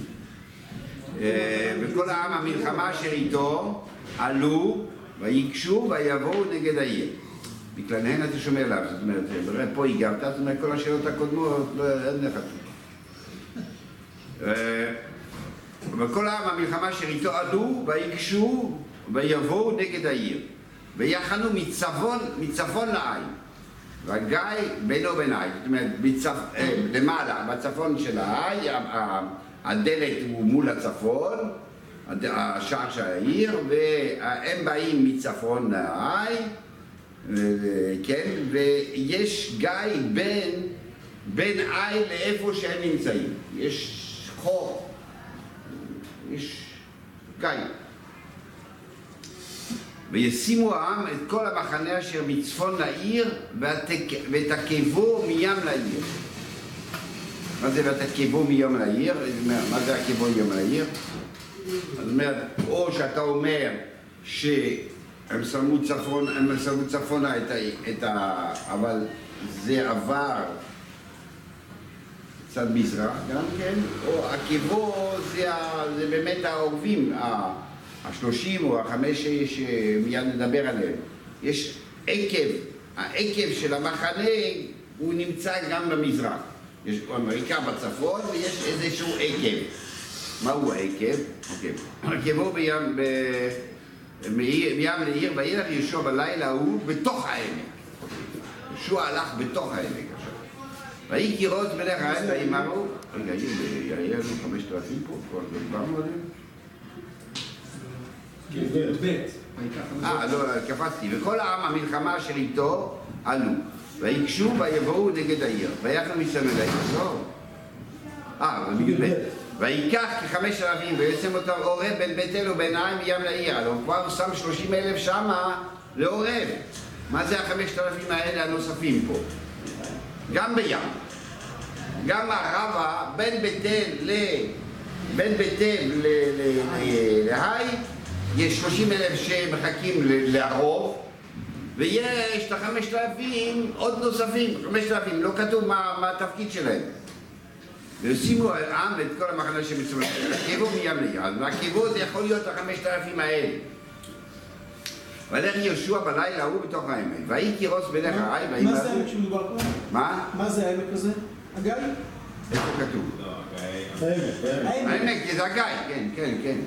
וכל העם המלחמה אשר איתו עלו ויקשו ויבואו נגד העיר. מכלניהן אתה שומע עליו, זאת אומרת, פה הגבת, זאת אומרת, כל השאלות הקודמות, אין לך תשובה. וכל העם המלחמה אשר איתו עלו ויקשו ויבואו נגד העיר. ויחנו מצפון לעין. והגיא בינו ובין העי, זאת אומרת, למעלה, בצפון של העי, הדלת הוא מול הצפון, השער של העיר, והם באים מצפון לעי, כן, ויש גיא בין עי לאיפה שהם נמצאים. יש חור, יש גיא. וישימו העם את כל המחנה אשר מצפון לעיר ותקבו מים לעיר. מה זה ותקבו מים לעיר? מה זה הקבו מים לעיר? זאת אומרת, או שאתה אומר שהם שמו צפונה אבל זה עבר צד מזרח גם כן, או הקבו זה באמת העורבים, ה-30 או ה-5 שמיד נדבר עליהם. יש העקב של המחנה הוא נמצא גם במזרח. יש בעיקר בצפון ויש איזשהו עקב. מהו העקב? הקבו מים לעיר וילך יהושע בלילה ההוא בתוך העמק. יהושע הלך בתוך העמק עכשיו. ויהי קירות מלך העם ויאמרו, רגע, היה לנו 5,000 פה, כבר דיברנו עליהם? לא, קפצתי. וכל העם המלחמה אשר איתו עלו, ויקשו ויבואו נגד העיר, ויחנו מסביב לעיר. ויקח כ5,000 ויוצם אותם עורב בין בית אל ובין העם מים לעיר. הלוא כבר שם 30,000 שמה לעורב. מה זה ה5,000 האלה הנוספים פה? גם בים. גם הרבה בין בית אל להי יש 30,000 שמחכים לערוב, ויש את ה5,000 עוד נוספים. 5,000, לא כתוב מה התפקיד שלהם. ושימו העם את כל המחנה שמצוין, הקבו מים לעיר. והקבו זה יכול להיות ה5,000 האלה. והלך יהושע בלילה ההוא בתוך העמק. ויהי קירוס מלך העי. מה זה העמק שמדובר פה? מה זה העמק הזה? הגיא? איפה כתוב? העמק זה הגיא, כן.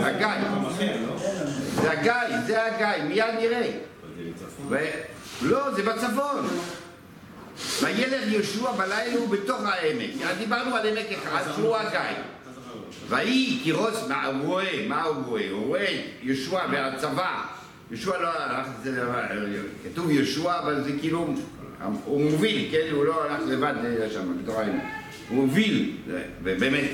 זה הגיא, מיד נראה. לא, זה בצפון. וילך יהושע בלילה הוא בתוך העמק. דיברנו על עמק אחד שהוא הגיא. ויהי קירוס, מה הוא רואה? הוא רואה יהושע והצבא. יהושע לא הלך, כתוב יהושע, אבל זה כאילו, הוא מוביל, כן? הוא לא הלך לבד שם, בתוך העמק. הוא מוביל, ובאמת,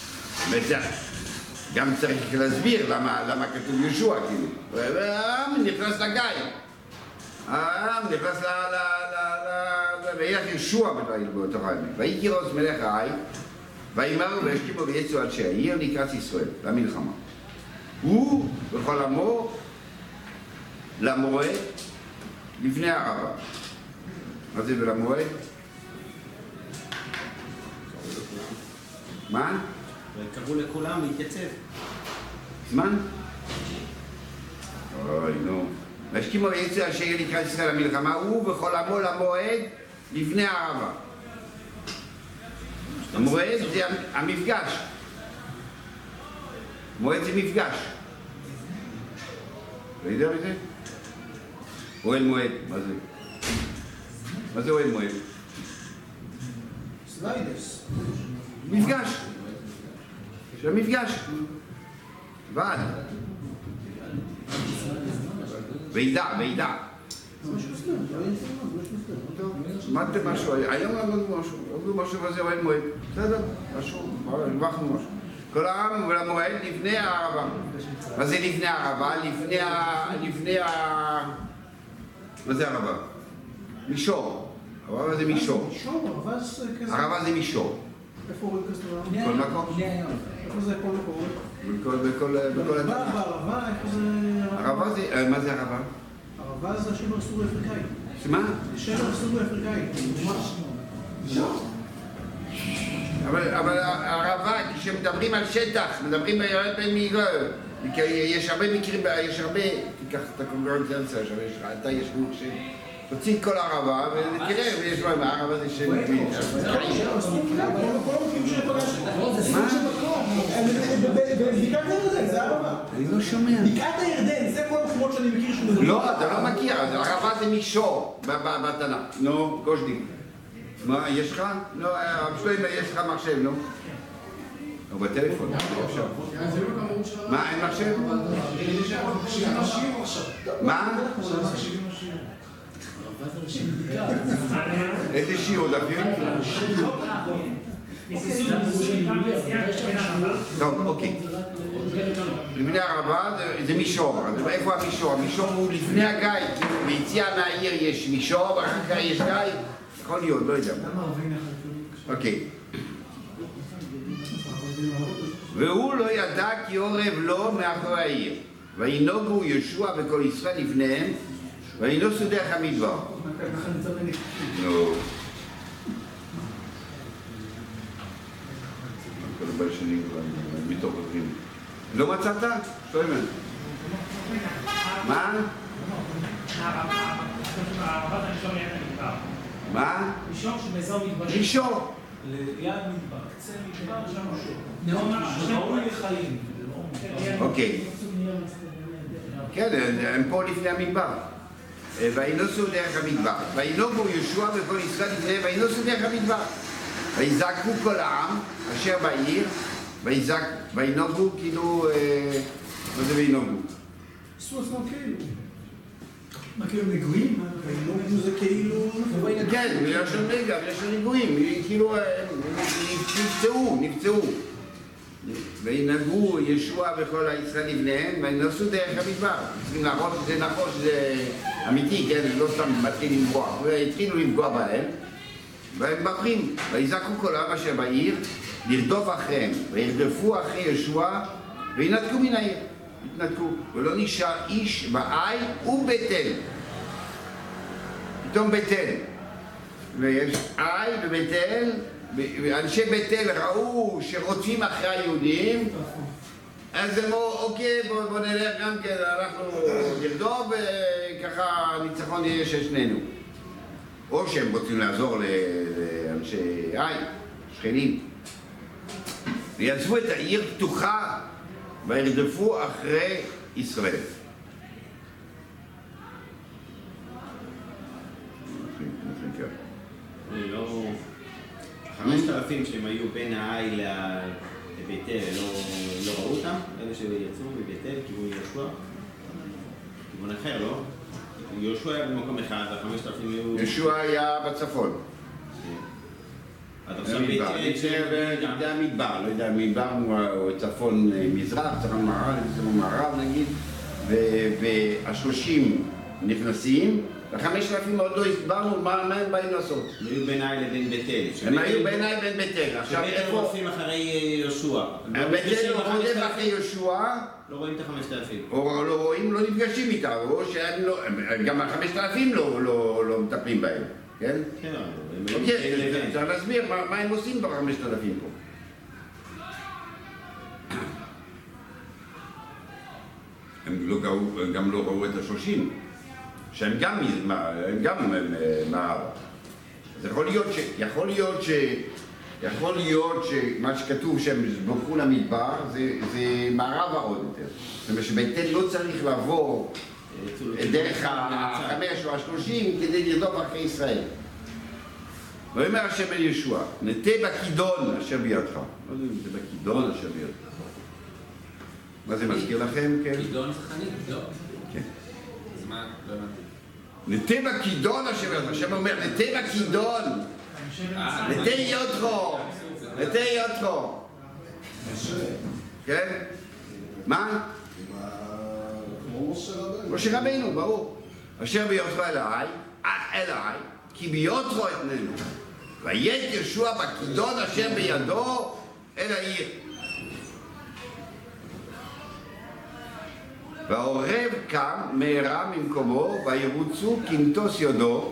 גם צריך להסביר למה כתוב יהושע, כאילו. והעם נכנס לגיא. העם נכנס וילך יהושע בתוך העמק. ויהי קירוס מלך העי, ויאמרו וישכימו ויצאו עד שהעיר לקראת ישראל, למלחמה. הוא בכל עמו למועד לפני הערבה. מה זה ולמועד? מה? קראו לכולם להתייצב. זמן? אוי, נו. וישכימו ויצאו עד שהעיר לקראת ישראל למלחמה, הוא בכל עמו למועד לפני הערבה. המועד זה המפגש. מועד זה מפגש. לא יודע מזה? אוהל מועד, מה זה? מה זה אוהל מועד? סליידרס. מפגש. של המפגש. ועד. ועידה. שמעתם משהו, היום אמרו משהו וזה אוהל מועד. בסדר, משהו, הרווחנו משהו. כל העם ולמועד לפני הערבה. מה זה לפני הערבה? לפני מה זה ערבה? מישור. ערבה זה מישור. ערבה זה מישור. איפה רואים כזה דבר? כל מקום? איפה זה כל מקום? בכל הדברים. בערבה, איפה זה... ערבה זה... מה זה ערבה? ערבה זה השבר הסורי-אפריקאי. שמה? השבר הסורי-אפריקאי. אבל הערבה, כשמדברים על שטח, מדברים כי יש הרבה מקרים, יש הרבה, תיקח את הקונגרנציה, אתה יש מחשב, תוציא את כל הערבה ותראה, ויש לו עם הערבה זה שם... מה? בבקעת הירדן, זה הערבה. אני לא שומע. בקעת הירדן, זה כל המקומות שאני מכיר שהוא... לא, אתה לא מכיר, הערבה זה מישור בתנ"ך. נו, גושדי. מה, יש לך? לא, שלמה, יש לך מחשב, לא? או בטלפון, אפשר. מה, אין מחשב? מה? איזה שיעור דפים? טוב, אוקיי. לפני הרבה זה מישור, אז איפה המישור? המישור הוא לפני הגיא, ביציאה מהעיר יש מישור, ואחר כך יש גיא, יכול להיות, לא יודע. אוקיי. והוא לא ידע כי עורב לו מאחורי העיר. וינהוגו יהושע וכל ישראל לפניהם, וינוסו דרך המדבר. לא. כל הבא שני מתוך אחרים. לא מצאת? שטוימן. מה? מה? מישור שבאזור מדבר. מישור. ליד מדבר. קצה מדבר, שם משור. ראוי לחיים. אוקיי. כן, הם פה לפני המדבר. וינוסו דרך המדבר. וינהוגו יהושע וכל ישראל לפניהם, וינוסו דרך המדבר. ויזעקו כל העם אשר בעיר, וינהוגו כאילו, מה זה וינהוגו? עשו עצמם כאילו. מה כאילו נגועים? וינהוגו זה כאילו... כן, בגלל של נגע, בגלל של נגועים, כאילו נפצעו. וינהגו יהושע וכל ישראל לבניהם, וינוסו דרך המדבר. צריכים להראות שזה נכון, שזה אמיתי, כן? לא סתם מתחיל לפגוע. התחילו לפגוע בהם, והם ברחים. ויזעקו כל העם אשר בעיר, לרדוף אחריהם, וירדפו אחרי יהושע, וינתקו מן העיר. התנתקו, ולא נשאר איש בעי ובית אל. פתאום בית אל. ויש עי ובית אל, אנשי בית אל ראו שרודפים אחרי היהודים, אז הם אמרו, אוקיי, בוא נלך גם כן, אנחנו נרדוף, וככה ניצחון יהיה של שנינו. או שהם רוצים לעזור לאנשי עי, שכנים. ויעזבו את העיר פתוחה, וירדפו אחרי ישראל. לא... 5,000 שהם היו בין העי לבית אל, לא ראו אותם? אלה שיצאו מבית אל, כיוון יהושע? כיוון אחר, לא? יהושע היה במקום אחד, ו5,000 היו... יהושע היה בצפון. עד עכשיו בית אל... זה המדבר, לא יודע, המדבר הוא צפון מזרח, צפון מערב נגיד, וה30 נכנסים, ו5,000 עוד לא הסברנו מה הם באים לעשות. הם היו בין העי לבין בית אל. הם היו בין העי לבין בית אל. עכשיו איפה רודפים אחרי יהושע? בית אל רודף אחרי יהושע. לא רואים את ה5,000. או לא רואים, לא נפגשים איתם, או שהם לא... גם ה5,000 לא מטפלים בהם, כן? כן, אוקיי, צריך להסביר מה הם עושים ב5,000 פה. הם גם לא ראו את ה30, שהם גם מערב. אז יכול להיות שמה שכתוב שהם ברחו למדבר זה מערבה עוד יותר. זאת אומרת שבית אל לא צריך לעבור דרך ה5 או ה30 כדי לרדוף אחרי ישראל. ואומר השם אל יהושע, נטה בכידון אשר בידך. מה זה נטה בכידון אשר בידך? מה זה מזכיר לכם? כידון זה חנית, לא? כן. אז מה? לא הבנתי. נטה בכידון אשר בידך. השם אומר, נטה בכידון. נטה יותרו. נטה יותרו. כן? מה? משה רבינו, ברור. אשר ביותרו אליי, כי ביותרו אתננו. ויית יהושע בכידון אשר בידו אל העיר. והעורב קם מהרה ממקומו וירוצו כמטוס יודו.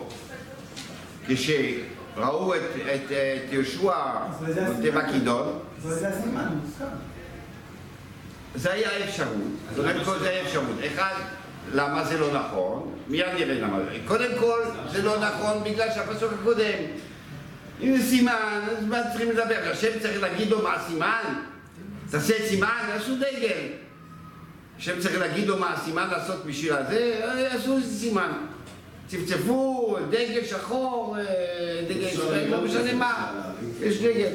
כשראו את יהושע בכידון, זה הסימן, מוסכם. זה היה אפשרות. קודם כל זה היה אפשרות. אחד, למה זה לא נכון? מיד נראה למה. קודם כל זה לא נכון בגלל שהפסוק הקודם. אם זה סימן, אז מה צריכים לדבר? השם צריך להגיד לו מה הסימן? תעשה סימן, עשו דגל. השם צריך להגיד לו מה הסימן לעשות בשביל הזה, עשו איזה סימן. צפצפו, דגל שחור, דגל ישראל, לא משנה מה, יש דגל.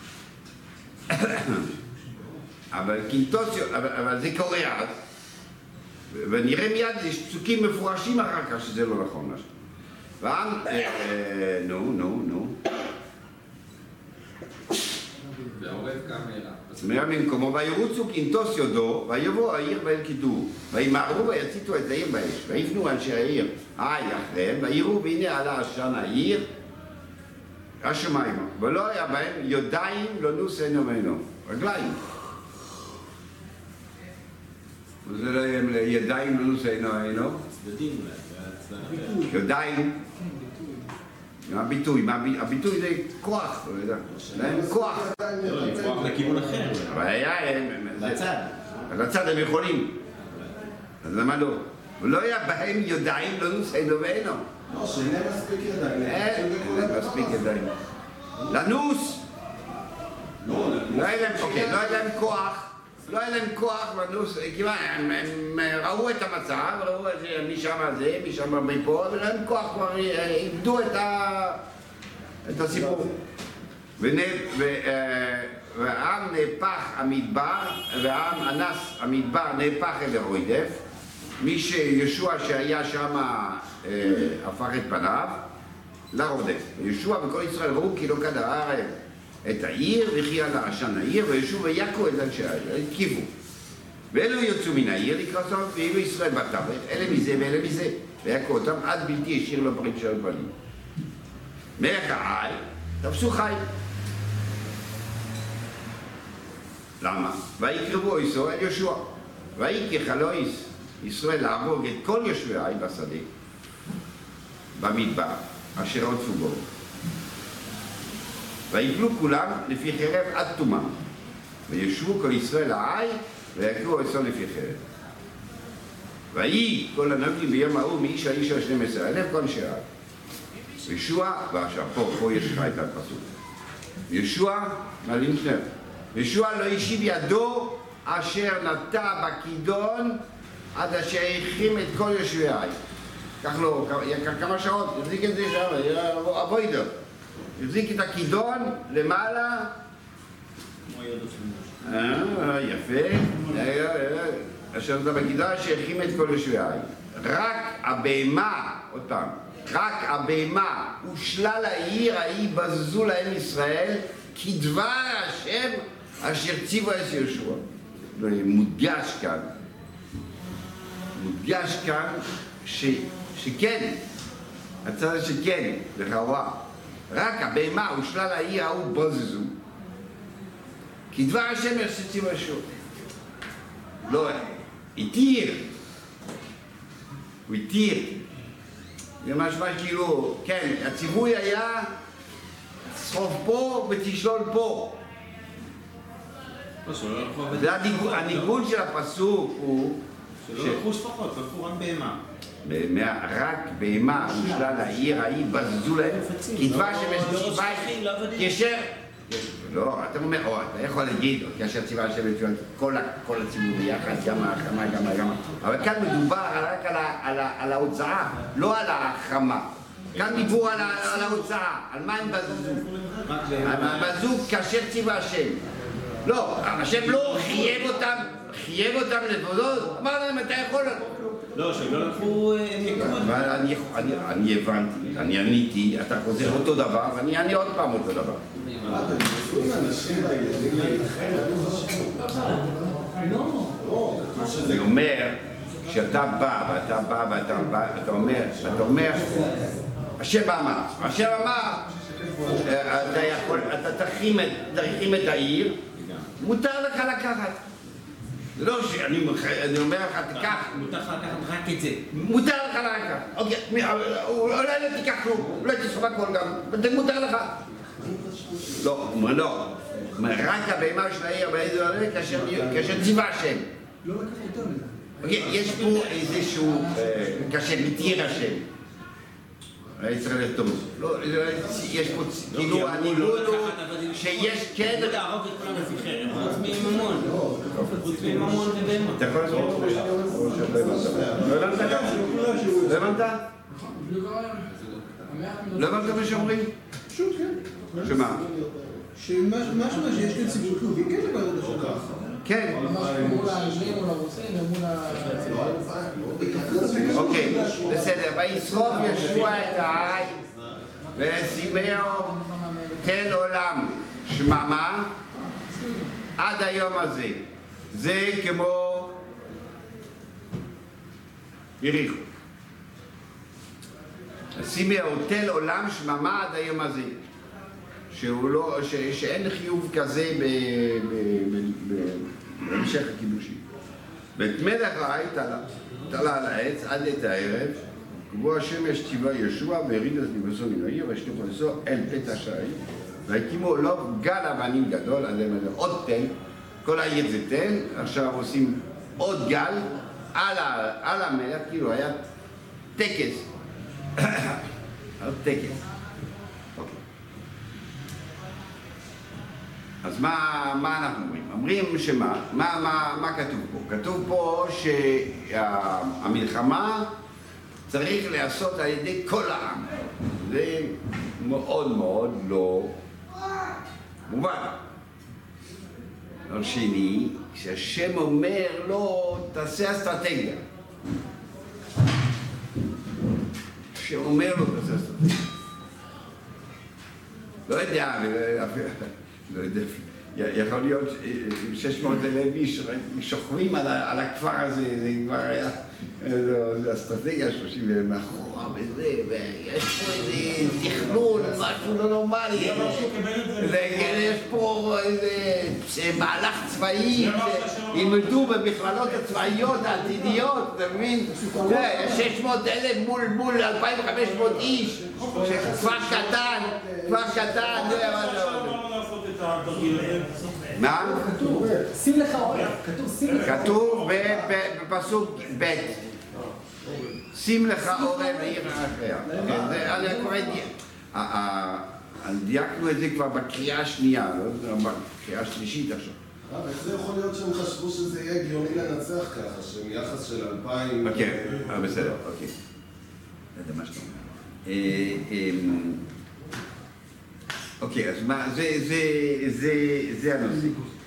אבל זה קורה אז, ונראה מיד, יש פסוקים מפורשים אחר כך שזה לא נכון. והעם, נו. והעורב קם מהרה. מהרה ממקומו, וירוצו כנטוס יודו, ויבוא העיר וילכדו, וימהרו ויציתו את העיר באש, ויפנו אנשי העיר אחריהם, ויראו והנה עלה עשן העיר השמיימה, ולא היה בהם ידיים לא נוס אינו ואינו, רגליים. זה לא ידיים לא נוס אינו ואינו? צדדים אולי, ידיים. הביטוי זה כוח, לא יודע. להם כוח. לא, לפרוח לכיוון אחר. אבל היה... לצד. לצד הם יכולים. אז למה לא? ולא היה בהם ידיים לא נוס אינו ואינו. לא, שאין מספיק ידיים. אין מספיק ידיים. לנוס! לא היה להם כוח. לא היה להם כוח לנוס, הם ראו את המצב, ראו משם זה, משם מפה, אבל אין כוח, כבר איבדו את הסיפור. והעם נהפך המדבר, והעם אנס המדבר נהפך אל הרודף, מי שישוע שהיה שם הפך את פניו לרודף. וישוע וכל ישראל ראו כי לא כד הערב את העיר, וכי עלה עשן העיר, וישוב ויכו את אנשי העיר, התקיפו. ואלו יצאו מן העיר לקראת סוף, ואילו ישראל בתווך, אלה מזה ואלה מזה, ויכו אותם עד בלתי ישיר לו פריט של פנים. מלך העי, תפסו חי. למה? ויקרבו איסו אל יהושע. ויקח אלוהיס ישראל להרוג את כל יושבי העי בשדה, במדבר, אשר עטפו בו. ויפלו כולם לפי חרב עד תומם, וישבו כל ישראל העי, ויקרו אסון לפי חרב. ויהי כל הנביאים ביום ההוא מאיש האיש 12,000 כל אנשי העי. ישוע, ועכשיו פה יש לך את הפסוק. ישוע, מעלים שניהם. ישוע לא השיב ידו אשר נטע בכידון עד אשר החרים את כל יושבי העי. כך לא, כמה שעות, החזיק את זה שם, אבוידו. החזיק את הכידון למעלה. כמו ידו של יפה. אשר נטע בכידון אשר החרים את כל יושבי העי. רק הבהמה, אותם, רק הבהמה ושלל העיר ההיא בזזו להם ישראל כדבר השם אשר ציווה את יהושע. מודגש כאן שכן, הצד שכן, לכאורה, רק הבהמה ושלל העיר ההוא בזזו כדבר השם אשר ציווה יהושע. לא, התיר. הוא התיר. זה משמע כאילו, כן, הציווי היה סחוף פה ותשלול פה. זה הניגון של הפסוק הוא שלא לקחו שפחות, לקחו רק בהמה. רק בהמה ושלל העיר ההיא בזזו להם כדבר קשר. לא, אתה אומר, אתה יכול להגיד, כאשר ציווה השם כל הציבור ביחד, גם ההחרמה. אבל כאן מדובר רק על ההוצאה, לא על ההחרמה. כאן דיבור על ההוצאה, על מה הם בזזו. הם בזזו כאשר ציווה השם. לא, השם לא חייב אותם לפעולות, אמר להם, אתה יכול... לא, שהם לא לקחו... אבל אני הבנתי, אני עניתי, אתה חוזר אותו דבר, ואני אענה עוד פעם אותו דבר. זה אומר, כשאתה בא ואתה אומר, השם אמר, אתה תחרים את העיר, מותר לך לקחת. זה לא שאני אומר לך, תיקח. מותר לך לקחת רק את זה. מותר לך לקחת. אוקיי, אולי לא תיקח כלום, אולי תשחק הכל גם, מותר לך. לא, רק הבהמה של העיר באיזו עולה כאשר ציווה השם. לא לקח יותר מזה. אוקיי, יש פה איזשהו, כאשר מתיר השם. צריך לכתוב. לא, יש פה, כאילו, הניגון הוא שיש כן... לא להרוג את כולם לפי חרב, חוץ מממון. חוץ מממון ובהמה. אתה יכול לעשות לא הבנת גם? לא הבנת? לא הבנת מה שאומרים? פשוט, כן. שמה? משהו שיש כאן ציבור חיובי, כן לבעד את השנה. כן. מול האנגלים, מול הרוסים ומול אוקיי, בסדר. וישרוף ישוע את העי ושימהו תל עולם שממה עד היום הזה. זה כמו יריחו. שימי הוטל עולם שממה עד היום הזה. שאין חיוב כזה בהמשך הכיבושים. ואת מלך רעי תלה על העץ עד את הערב, ובו השמש ציווה יהושע והוריד את ניבוסו מן העיר והשליכו אותו אל פתח שערים, והקימו לו גל אבנים גדול, עוד תל, כל העיר זה תל, עכשיו עושים עוד גל על המלך, כאילו היה טקס. עוד טקס. אז מה אנחנו אומרים? אומרים שמה? מה כתוב פה? כתוב פה שהמלחמה צריך להיעשות על ידי כל העם. זה מאוד מאוד לא מובן. דבר שני, כשהשם אומר לו, תעשה אסטרטגיה. שאומר לו, תעשה אסטרטגיה. לא יודע, לא יודע, יכול להיות 600,000 איש שוכבים על הכפר הזה, זה כבר היה אסטרטגיה 30 מאחורה וזה, ויש פה איזה תכנון, משהו לא נורמלי, יש פה איזה מהלך צבאי, ילמדו במכללות הצבאיות העתידיות, אתה מבין? 600,000 מול 2,500 איש, כפר קטן, לא היה מה זה. מה? כתוב, שים לך עורף, כתוב בפסוק ב' שים לך עורף ועיר אחריה. אני קורא, דייקנו את זה כבר בקריאה השנייה, לא בקריאה השלישית עכשיו. איך זה יכול להיות שהם חשבו שזה יהיה הגיוני לנצח ככה, שהם יחס של 2,000... אוקיי, בסדר, אוקיי. זה מה שאתה אומר. אוקיי, אז מה, זה הנושא.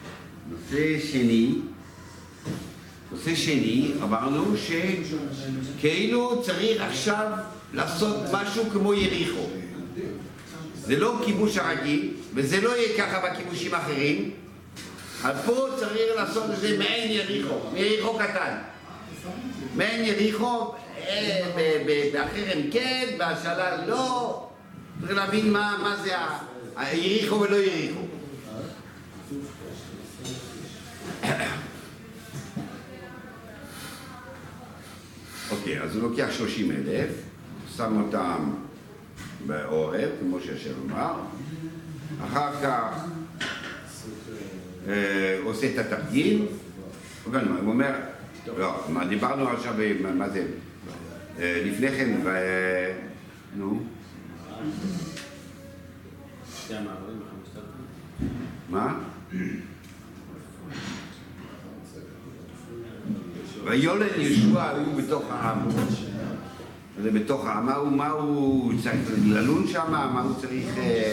נושא שני, אמרנו שכאילו צריך עכשיו לעשות משהו כמו יריחו. זה לא כיבוש הרגיל, וזה לא יהיה ככה בכיבושים אחרים. אז פה צריך לעשות את זה מעין יריחו קטן. מעין יריחו, באחרם כן, בהשאלה לא. צריך להבין מה זה יריחו ולא יריחו. אוקיי, אז הוא לוקח 30,000, שם אותם בעורף, כמו שהשם אמר, אחר כך עושה את התרגיל, הוא אומר, לא, דיברנו עכשיו, מה זה, לפני כן, נו, מה? ויולד ישוע היו בתוך העם. זה בתוך העם, מה הוא צריך ללון שם? מה הוא צריך...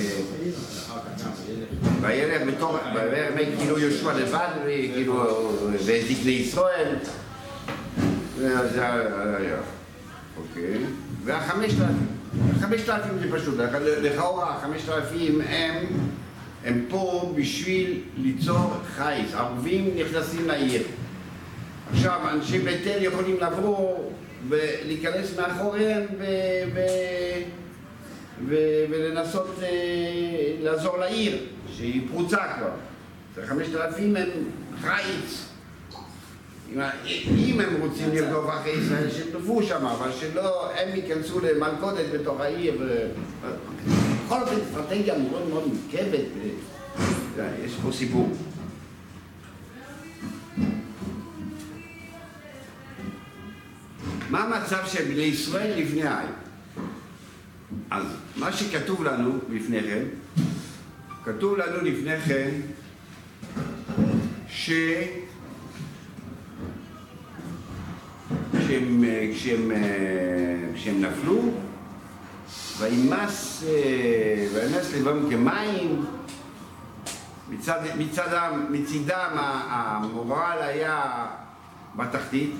וילך בתוך... כאילו ישוע לבד, כאילו... וזקני ישראל. זה היה... אוקיי. וה5,000 זה פשוט. לכאורה 5,000 הם פה בשביל ליצור חייס. ערבים נכנסים לעיר. עכשיו, אנשי בית אל יכולים לבוא ולהיכנס מאחוריהם ולנסות לעזור לעיר, שהיא פרוצה כבר. 5,000 הם חיץ. אם הם רוצים לרדוף אחרי ישראל, שירדפו שם, אבל שלא, הם ייכנסו למלכודת בתוך העיר. בכל אופן, אסטרטגיה מאוד מאוד מורכבת. יש פה סיפור. מה המצב של בני ישראל לפני העין? אז מה שכתוב לנו לפני כן, כתוב לנו לפני כן כשהם נפלו, וימס לבם כמים, מצידם המורל היה בתחתית,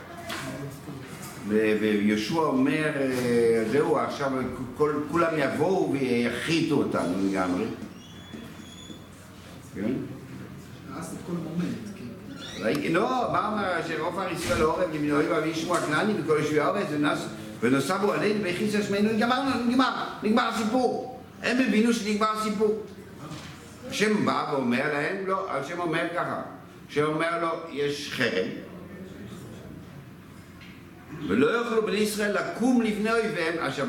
וישוע אומר, זהו, עכשיו כולם יבואו ויחיתו אותנו לגמרי. כן? הרס את כל המומנט. לא, מה אומר שרופר ישראל העורב למנועים וישמעו הכנעני וכל יושבי הארץ ונוסבו עלינו והכניסו שמנו, נגמר הסיפור. הם הבינו שנגמר הסיפור. השם בא ואומר להם, לא, השם אומר ככה, השם אומר לו, יש חרם, ולא יוכלו בני ישראל לקום לפני אויביהם. עכשיו,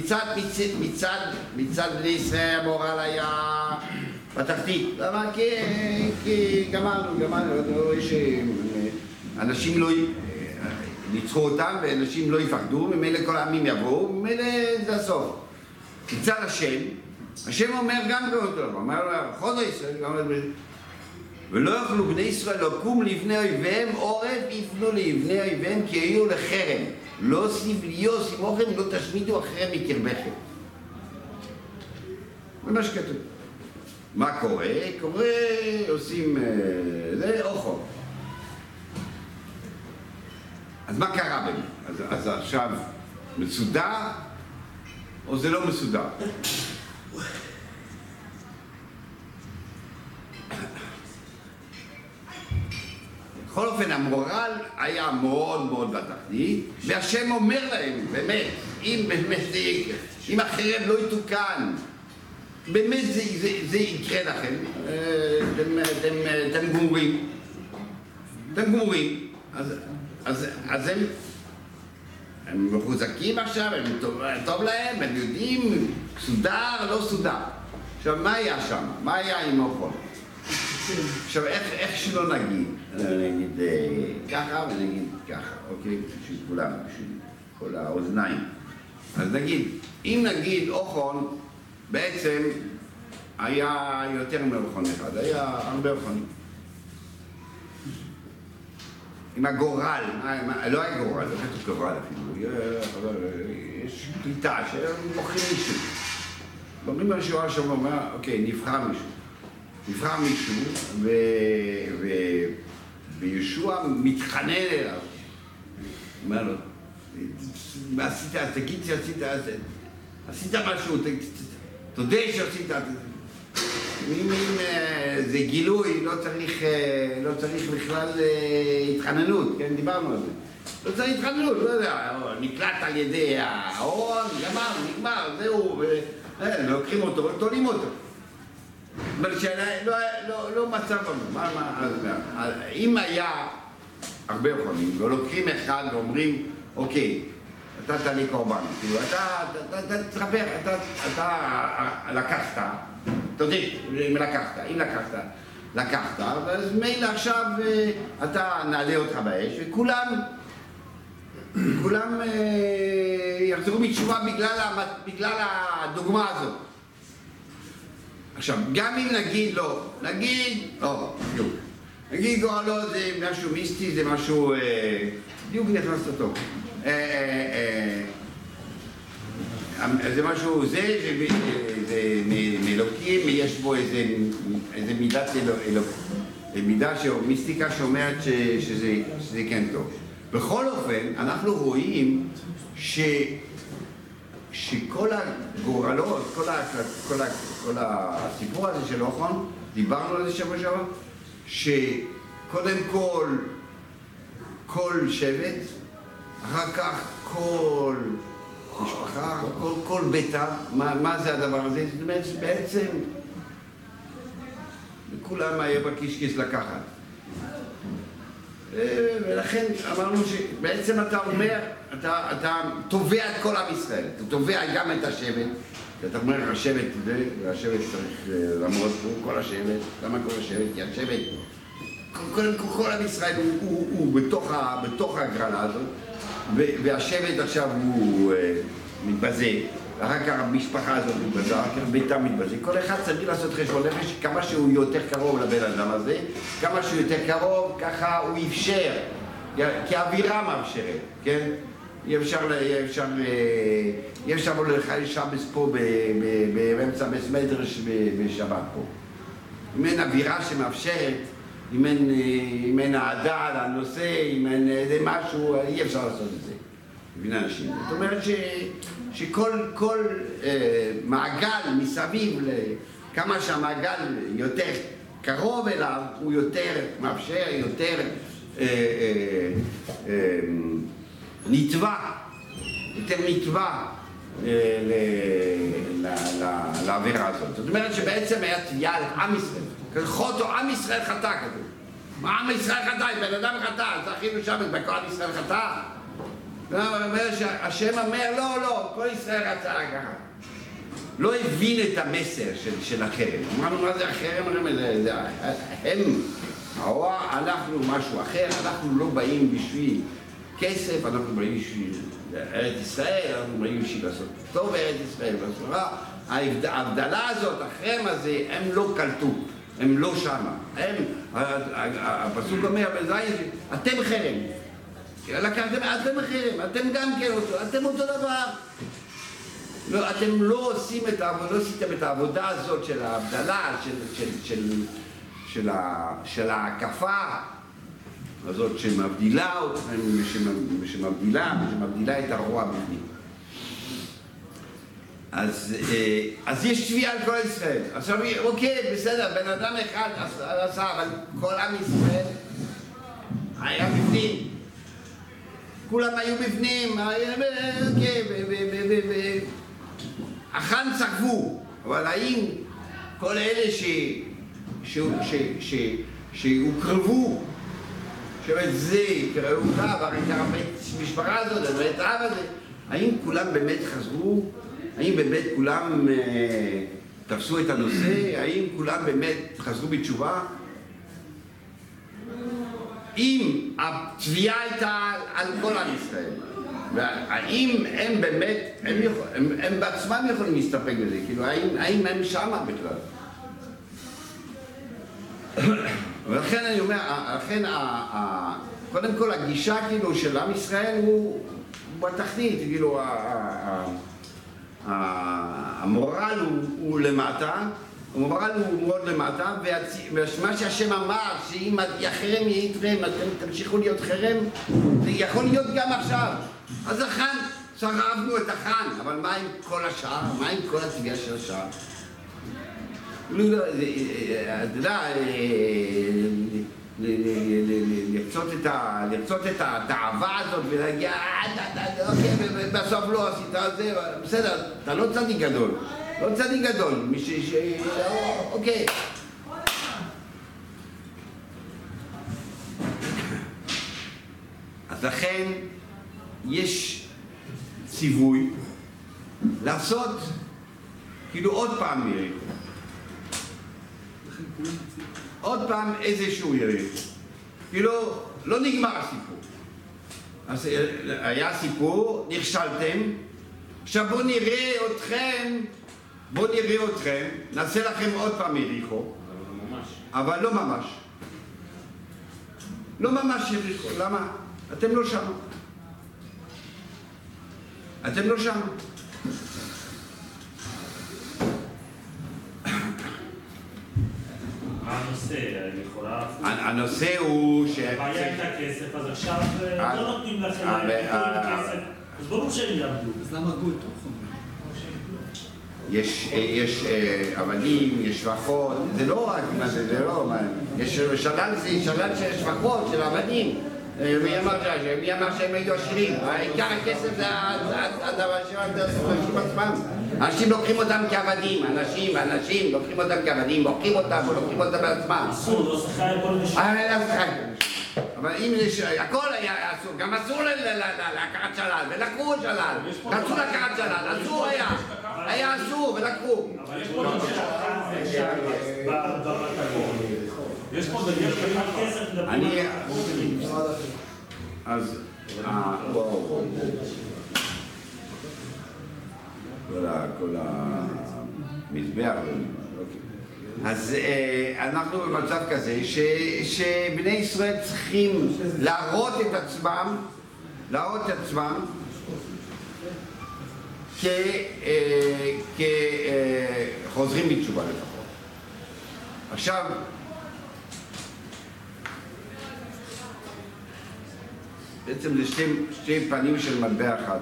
מצד בני ישראל המורל היה בתחתית. למה? כי גמרנו, יש אנשים לא ניצחו אותם, ואנשים לא יפחדו, ממילא כל העמים יבואו, ממילא זה הסוף. מצד השם אומר גם אותו, אומר לו, חודו ישראל, ולא יוכלו בני ישראל לקום לפני אויביהם, עורף יפנו לבני אויביהם כי היו לחרם. לא סבליו סימוכם, לא תשמידו אחריהם מקרבכם. זה מה שכתוב. מה קורה? קורה, עושים זה אוכל. אז מה קרה באמת? אז עכשיו מסודר או זה לא מסודר? בכל אופן, המורל היה מאוד מאוד בתחתית, והשם אומר להם, באמת, אם החרב לא יתוקן, באמת זה יקרה לכם, אתם גמורים, אז הם מחוזקים עכשיו, טוב להם, הם יודעים, סודר, לא סודר. עכשיו, מה היה שם? מה היה עם אוכל? עכשיו, איך שלא נגיד ככה ונגיד ככה, אוקיי? בשביל כולם, בשביל כל האוזניים. אז נגיד, אם נגיד אוכל, בעצם היה יותר מאוכל אחד, היה הרבה אוכלים. עם הגורל, לא היה גורל, לא כתוב גורל אפילו, יש פליטה שמוכרים מישהו. אומרים משהו עכשיו ואומר, אוקיי, נבחר מישהו, וישוע מתחנן אליו. אומר לו, מה עשית? תגיד שעשית משהו, תודה שעשית. אם זה גילוי, לא צריך בכלל התחננות, כן? דיברנו על זה. לא צריך התחננות, לא יודע, נקלט על ידי ההון, נגמר, זהו, לוקחים אותו, תולים אותו. אבל לא מצב לנו, אם היה הרבה יכולים, ולוקחים אחד ואומרים, אוקיי, אתה תעלי קורבן, אתה תחבר, אתה לקחת, אתה יודע, אם לקחת, אז מילא עכשיו אתה נעלה אותך באש, וכולם יחזרו בתשובה בגלל הדוגמה הזאת. עכשיו, גם אם נגיד גורלו זה משהו מיסטי, זה משהו, בדיוק נכנס אותו. זה משהו, זה מאלוקים, יש בו איזה מידה מיסטיקה שאומרת שזה כן טוב. בכל אופן, אנחנו רואים שכל הגורלות, כל הסיפור הזה של אוכל, דיברנו על זה שבוע שעבר, שקודם כל שבט, אחר כך כל משפחה, כל ביתה, מה זה הדבר הזה? זאת אומרת שבעצם לכולם היה בקישקיס לקחת. ולכן אמרנו שבעצם אתה אומר, אתה תובע את כל עם ישראל, אתה תובע גם את השבט, אתה אומר השבט זה, והשבט צריך למרות פה, כל השבט, למה כל השבט? כי השבט, כל עם ישראל הוא בתוך הגרלה הזאת, והשבט עכשיו הוא מתבזה, ואחר כך המשפחה הזאת מתבזה, אחר כך ביתה מתבזה. כל אחד צריך לעשות חשבון נפש, כמה שהוא יותר קרוב לבן אדם הזה, כמה שהוא יותר קרוב, ככה הוא אפשר, כי האווירה מאפשרת, כן? אי אפשר לחייל שבס פה באמצע בית מדרש בשבת פה. אם אין אווירה שמאפשרת, אם אין אהדה לנושא, אם אין איזה משהו, אי אפשר לעשות את זה. מבין אנשים. זאת אומרת שכל מעגל מסביב, כמה שהמעגל יותר קרוב אליו הוא יותר מאפשר, יותר נתבע, לעבירה הזאת. זאת אומרת שבעצם היה תביעה על עם ישראל. חוטו, עם ישראל חטא כתוב. מה עם ישראל חטא? בן אדם חטא, אז אחינו שם, בכל עם ישראל חטא. השם אומר, לא, כל ישראל רצה ככה. לא הבין את המסר של החרם. אמרנו, מה זה החרם? אנחנו משהו אחר, אנחנו לא באים בשביל כסף, אנחנו באים בשביל ארץ ישראל, אנחנו באים בשביל לעשות טוב בארץ ישראל. ההבדלה הזאת, החרם הזה, הם לא קלטו, הם לא שמה. הפסוק אומר, אתם חרם. אתם חרם, אתם גם כן אותו, אתם אותו דבר. לא, אתם לא עושים את העבודה הזאת של ההבדלה, של ההקפה הזאת שמבדילה אתכם, שמבדילה את הרוע בפנים. אז יש תביעה על כל ישראל. עכשיו, אוקיי, בסדר, בן אדם אחד עשה, אבל כל עם ישראל היה בפנים. כולם היו בפנים, אחן סחבו, אבל האם כל אלה שהוקרבו, שבאת זה, קראו אותה, הרי את המשפחה הזאת, את האב הזה, האם כולם באמת חזרו? האם באמת כולם תפסו את הנושא? האם כולם באמת חזרו בתשובה? אם התביעה הייתה על כל עם ישראל, והאם הם באמת, הם בעצמם יכולים להסתפק בזה, כאילו, האם הם שמה בכלל? ולכן אני אומר, קודם כל הגישה כאילו של עם ישראל הוא בתחתית, כאילו, המורל הוא למטה, המורל הוא מאוד למטה, ומה שהשם אמר, שאם החרם יהיה איתכם, אתם תמשיכו להיות חרם, זה יכול להיות גם עכשיו. אז החן, שרבנו את החן, אבל מה עם כל השאר? מה עם כל התביעה של השאר? אתה יודע, לרצות את התאווה הזאת ולהגיע, בסוף לא עשית את זה, בסדר, אתה לא צדיק גדול. לא צדיק גדול, אוקיי. אז לכן יש ציווי לעשות כאילו עוד פעם יריחו. עוד פעם איזשהו יריחו. כאילו לא נגמר הסיפור. אז היה סיפור, נכשלתם, עכשיו בואו נראה אתכם, נעשה לכם עוד פעם יריחו, אבל לא ממש. לא ממש יריחו, למה? אתם לא שם. אתם לא שם. הנושא הוא הבעיה הייתה כסף, אז עכשיו לא נותנים לכם כסף, אז ברור שהם יעבדו. אז למה גולטו? יש אבנים, יש שבחות, זה לא רק מה זה לא, יש שלל של שבחות, של אבנים. מי אמר שהם היו עשירים? עיקר הכסף זה הדבר של האנשים עצמם. אנשים לוקחים אותם כעבדים, אנשים לוקחים אותם כעבדים, מוכרים אותם או לוקחים אותם בעצמם. אסור, לא שחי כל משהו. אבל אם הכל היה אסור, גם אסור לקחת שלל, ולקחו שלל. רצו לקחת שלל, אסור היה אסור ולקחו. אבל יש פה יש פה דגש בכלל כסף לבוא. אז כל המזבח. אז אנחנו במצב כזה שבני ישראל צריכים להראות את עצמם כחוזרים בתשובה לפחות. עכשיו, בעצם זה שתי פנים של מטבע אחד.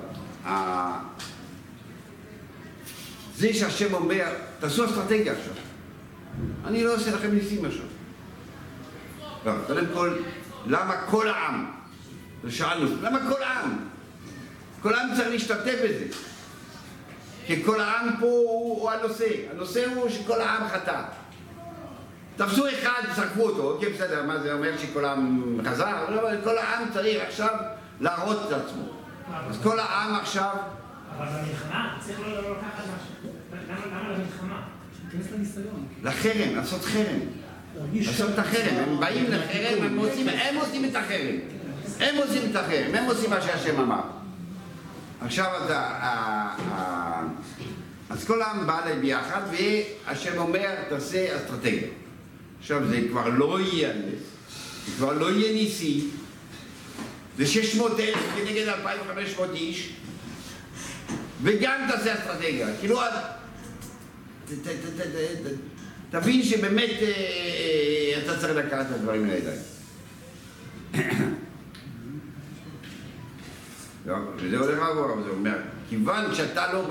זה שהשם אומר, תעשו אסטרטגיה עכשיו. אני לא עושה לכם ניסים עכשיו. לא, קודם כל, למה כל העם? שאלנו, למה כל העם? כל העם צריך להשתתף בזה. כי כל העם פה הוא הנושא. הנושא הוא שכל העם חטא. תפסו אחד וסרקו אותו, כן בסדר, מה זה אומר שכל העם חזר? כל העם צריך עכשיו להראות את עצמו. אז כל העם עכשיו... אבל במלחמה, צריך לא לקחת משהו. למה למלחמה? שתיכנס לניסיון. לחרם, לעשות חרם. לעשות את החרם, הם באים לחרם, הם עושים את החרם. הם עושים את החרם, הם עושים מה שהשם אמר. עכשיו אז כל העם בא אליי ביחד, והשם אומר, תעשה אסטרטגיה. עכשיו זה כבר לא יהיה נס, זה כבר לא יהיה ניסי, זה 600,000 כנגד 2,500 איש, וגם תעשה אסטרטגיה. כאילו, תבין שבאמת אתה צריך לקחת את הדברים לידיים. וזה הולך לעבור, אבל זה אומר, כיוון שאתה לא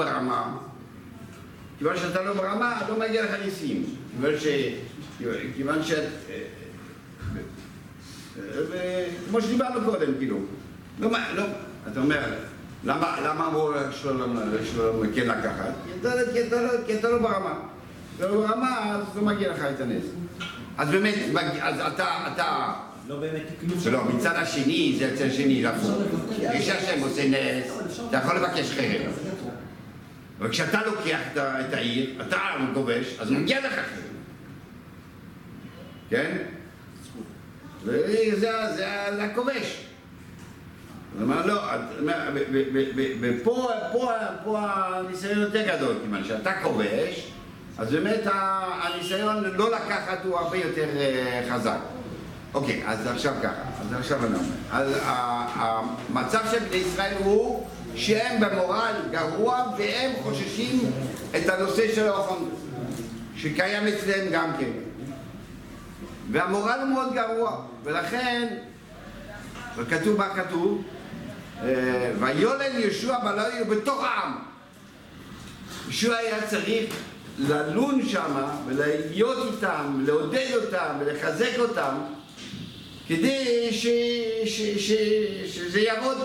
ברמה, לא מגיע לך ניסים. כיוון כמו שדיברנו קודם, כאילו. לא, אתה אומר, למה אמרו שלום כן לקחת? כי אתה לא ברמה. אתה לא ברמה, אז לא מגיע לך את הנס. אז באמת, אתה... לא באמת תקנו. שלא, מצד השני, זה אצל שני, לפות. כשהשם עושה נס, אתה יכול לבקש חרם. אבל כשאתה לוקח את העיר, אתה כובש, אז מגיע לך חרם. כן? וזה הכובש. זאת אומרת, לא, ופה הניסיון יותר גדול, כיוון שאתה כובש, אז באמת הניסיון לא לקחת הוא הרבה יותר חזק. אוקיי, אז עכשיו ככה, אז עכשיו אני אומר. אז המצב של בני ישראל הוא שהם במורל גרוע והם חוששים את הנושא של האופן שקיים אצלם גם כן. והמורל הוא מאוד גרוע, ולכן, וכתוב מה כתוב, ויולד ישוע בלילה בתוך העם. ישוע היה צריך ללון שם ולהיות איתם, לעודד אותם ולחזק אותם כדי שזה יעבוד.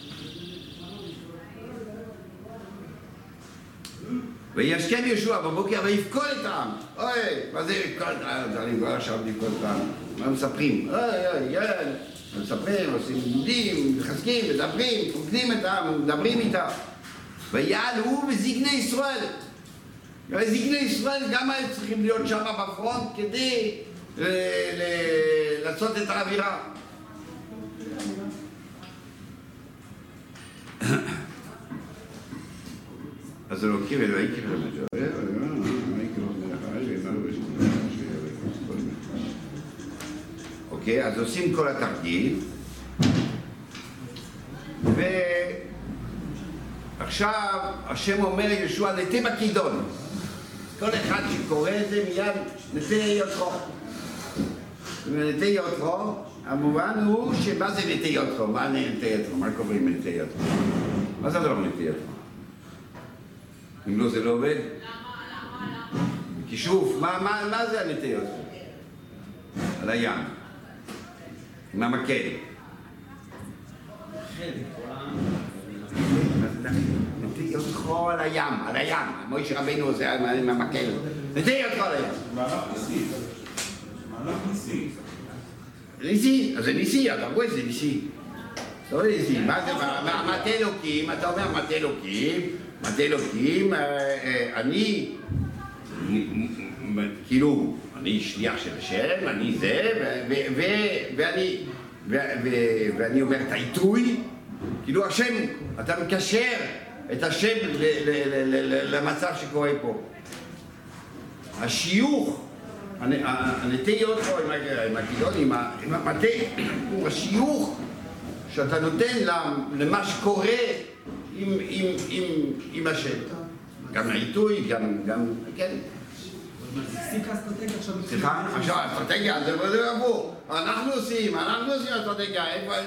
וישכם ישוע בבוקר ויפקוד את העם. אוי, מה זה לפקוד את העם? אני כבר עכשיו לפקוד את העם. מה מספרים? מספרים, עושים לימודים, מחזקים, מדברים, פוקדים את העם, מדברים איתם. ויעלו וזקני ישראל. וזקני ישראל גם היו צריכים להיות שם בפרונט כדי לעשות את האווירה. אז לא קיבל, לא יקבל את זה. אוקיי, אז עושים כל התרגיל. ועכשיו השם אומר ישוע נטה בכידון. כל אחד שקורא את זה מיד נטה יותרו. נטה יותרו, המובן הוא שמה זה נטה יותרו? מה נטה יותרו? מה קוראים נטה יותרו? מה זה לא נטה יותרו? אם לא זה לא עובד? כישוף, מה זה הנטה יותרו? על הים. עם המקל. נטה יותרו על הים, מוישה רבינו זה עם המקל. נטה יותרו על הים. מהלך ניסי. ניסי, אז זה ניסי, אתה רואה זה ניסי. לא ניסי, מה זה, מטה אלוקים, אתה אומר מטה אלוקים, אני, כאילו, אני שליח של השם, אני זה, ואני אומר את העיתוי, כאילו השם, אתה מקשר את השם למצב שקורה פה. השיוך, הנטיות פה עם הכידון, עם המטה, הוא השיוך שאתה נותן למה שקורה עם השם. גם העיתוי, גם, כן. סליחה, עכשיו האסטרטגיה זה לא עבור. אנחנו עושים אסטרטגיה,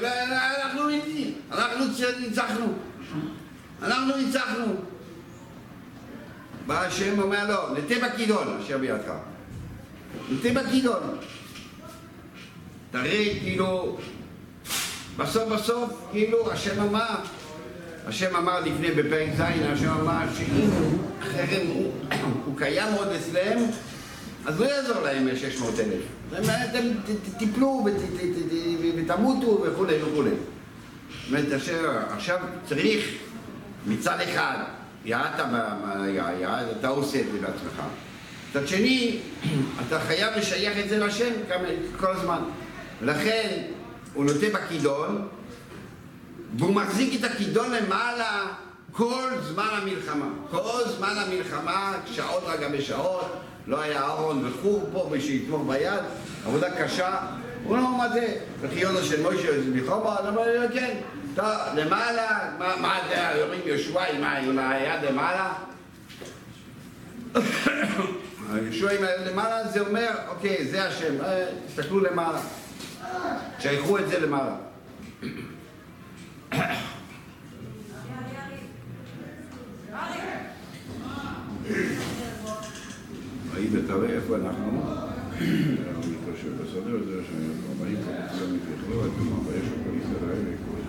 אנחנו ניצחנו. בא השם אומר לו, נטה בכידון אשר בידך. נוטה בכידון. תראה, כאילו, בסוף, כאילו, השם אמר לפני בפרק ז', השם אמר שאם החרם הוא קיים עוד אצלם, אז לא יעזור להם 600,000. אתם תיפלו ותמותו וכו'. זאת אומרת, עכשיו צריך מצד אחד, אתה עושה את זה לעצמך. מצד שני, אתה חייב לשייך את זה לשם כל הזמן. ולכן הוא נוטה בכידון, והוא מחזיק את הכידון למעלה כל זמן המלחמה. כל זמן המלחמה, שעות רגע בשעות, לא היה אהרון וחור פה ושיתמוך ביד, עבודה קשה. הוא לא מה זה, וחיונו של מוישה מלחמה, אז אמר לי, כן, טוב, למעלה, מה זה, יורים יהושע עם היד למעלה? יהושע עם היד למעלה זה אומר, אוקיי, זה השם, תסתכלו למעלה, שייכו את זה למעלה. ראית, אתה רואה איפה אנחנו? אני חושב בסדר, זה שאנחנו באים כמובן מפתחו, אתם מבייש הכל ישראל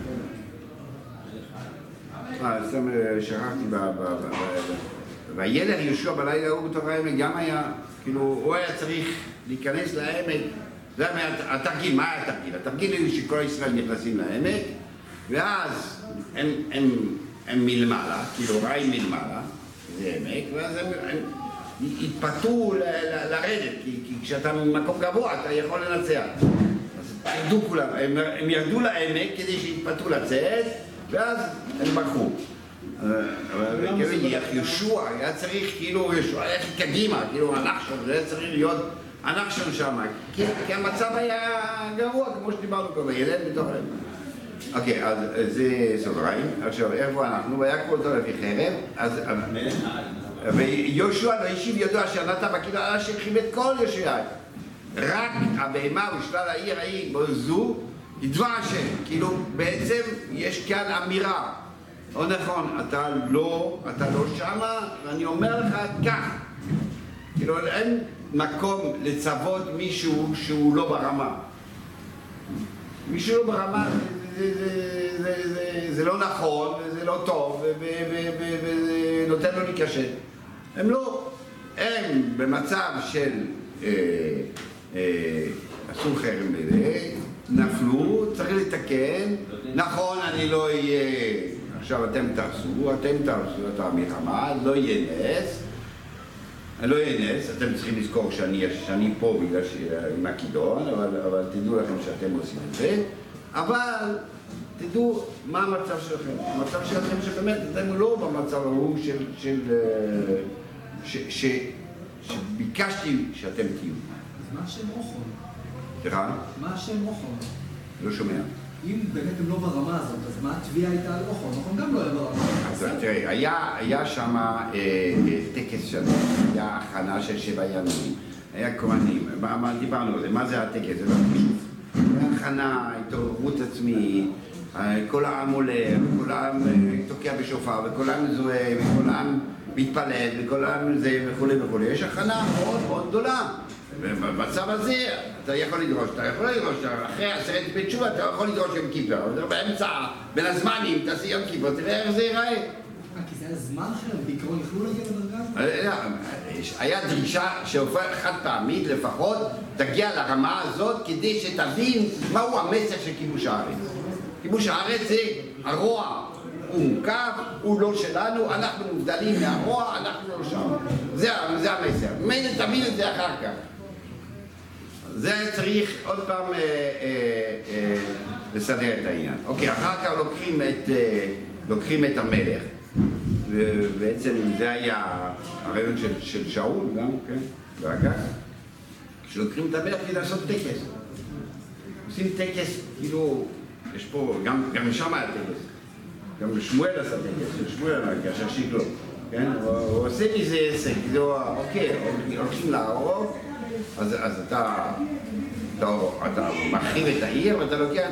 וכל. סתם שכחתי והילך יהושע בלילה הוא בתוך העמק גם היה, כאילו הוא היה צריך להיכנס לעמק. זה התרגיל, מה היה התרגיל? התרגיל הוא שכל ישראל נכנסים לעמק ואז הם מלמעלה, כאילו רעים מלמעלה, זה עמק, ואז הם התפתו לרדת, כי כשאתה במקום גבוה אתה יכול לנצח. אז ירדו כולם, הם ירדו לעמק כדי שיתפתו לצאת, ואז הם ברחו. אבל יהושע היה צריך, כאילו, יהושע היה קדימה, כאילו הנחשון, זה היה צריך להיות הנחשון שם, כי המצב היה גרוע, כמו שדיברנו כבר, ילד בתוך הלב. אוקיי, אז זה סוגריים. עכשיו, איפה אנחנו? ויקחו אותו לפי חרב, אז... ויהושע לא השיב ידו אשר נטע בכידון אשר כיבד כל יושעי. רק הבהמה ושלל העיר ההיא זו ידבר השם. כאילו בעצם יש כאן אמירה. או נכון, אתה לא שמה, ואני אומר לך כך. כאילו אין מקום לצוות מישהו שהוא לא ברמה. מישהו לא ברמה זה לא נכון, וזה לא טוב, ונותן לו להיכשל. הם לא, הם במצב של עשו חרם בזה, נפלו, צריך לתקן, נכון אני לא אהיה, עכשיו אתם תעשו, את המלחמה, לא יהיה נס, אתם צריכים לזכור שאני פה בגלל עם הכידון, אבל תדעו לכם שאתם עושים את זה, אבל תדעו מה המצב שלכם. המצב שלכם שבאמת אתם לא במצב ההוא שביקשתי שאתם תהיו. אז מה השם רוחון? סליחה? מה השם רוחון? לא שומע. אם באמת הם לא ברמה הזאת, אז מה התביעה הייתה על רוחון? רוחון גם לא היה ברמה. אז תראה, היה שם טקס שלנו, היה הכנה של 7 ימים, היה כהנים, דיברנו על זה, מה זה הטקס? זה לא פשוט. היה הכנה, התעוררות עצמית, כל העם עולה, וכל העם תוקע בשופר, וכל העם זוהה, וכל העם מתפלל, וכל העם זה וכו' וכו'. יש הכנה מאוד מאוד גדולה. ובמצב הזה אתה יכול לדרוש, אחרי 10 בית תשובה אתה יכול לדרוש יום כיפר, באמצע, בין הזמנים, תעשי יום כיפר, תראה איך זה ייראה. כי זה היה זמן אחר, בעיקרון יכלו להגיע לדרגה? היה דרישה שהופך חד פעמית לפחות, תגיע לרמה הזאת כדי שתבין מהו המסר של כיבוש הארץ. כיבוש הארץ זה הרוע, הוא מוקף, הוא לא שלנו, אנחנו מובדלים מהרוע, אנחנו לא שם. זה המסר. מילא תבין את זה אחר כך. זה צריך עוד פעם לסדר את העניין. אוקיי, אחר כך לוקחים את המלך. ובעצם זה היה הרעיון של שאול גם, כן? ואגב, כשלוקחים את המלך כדי לעשות טקס. עושים טקס, כאילו, יש פה, גם שם היה טקס. גם שמואל עשה טקס, שמואל היה שהשיק לו. כן? הוא עושה מזה עסק, כאילו, אוקיי, הולכים להרוג, אז אתה מרחיב את העיר ואתה לוקח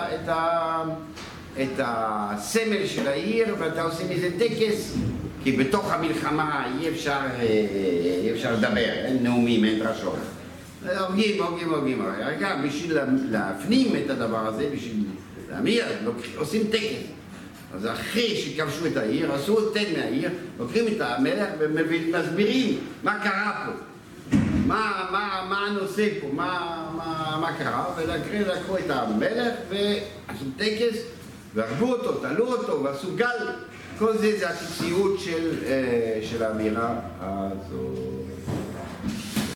את הסמל של העיר ואתה עושה מזה טקס, כי בתוך המלחמה אי אפשר לדבר, אין נאומים, אין דרשות. הורגים. גם בשביל להפנים את הדבר הזה, בשביל להמיר, עושים טקס. אז אחרי שכבשו את העיר, עשו תן מהעיר, לוקחים את המלך ומסבירים מה קרה פה. מה הנושא פה, מה קרה, ולקחו את המלך ועשו טקס, והרגו אותו, תלו אותו, ועשו גל. כל זה הטקסיות של האמירה הזו.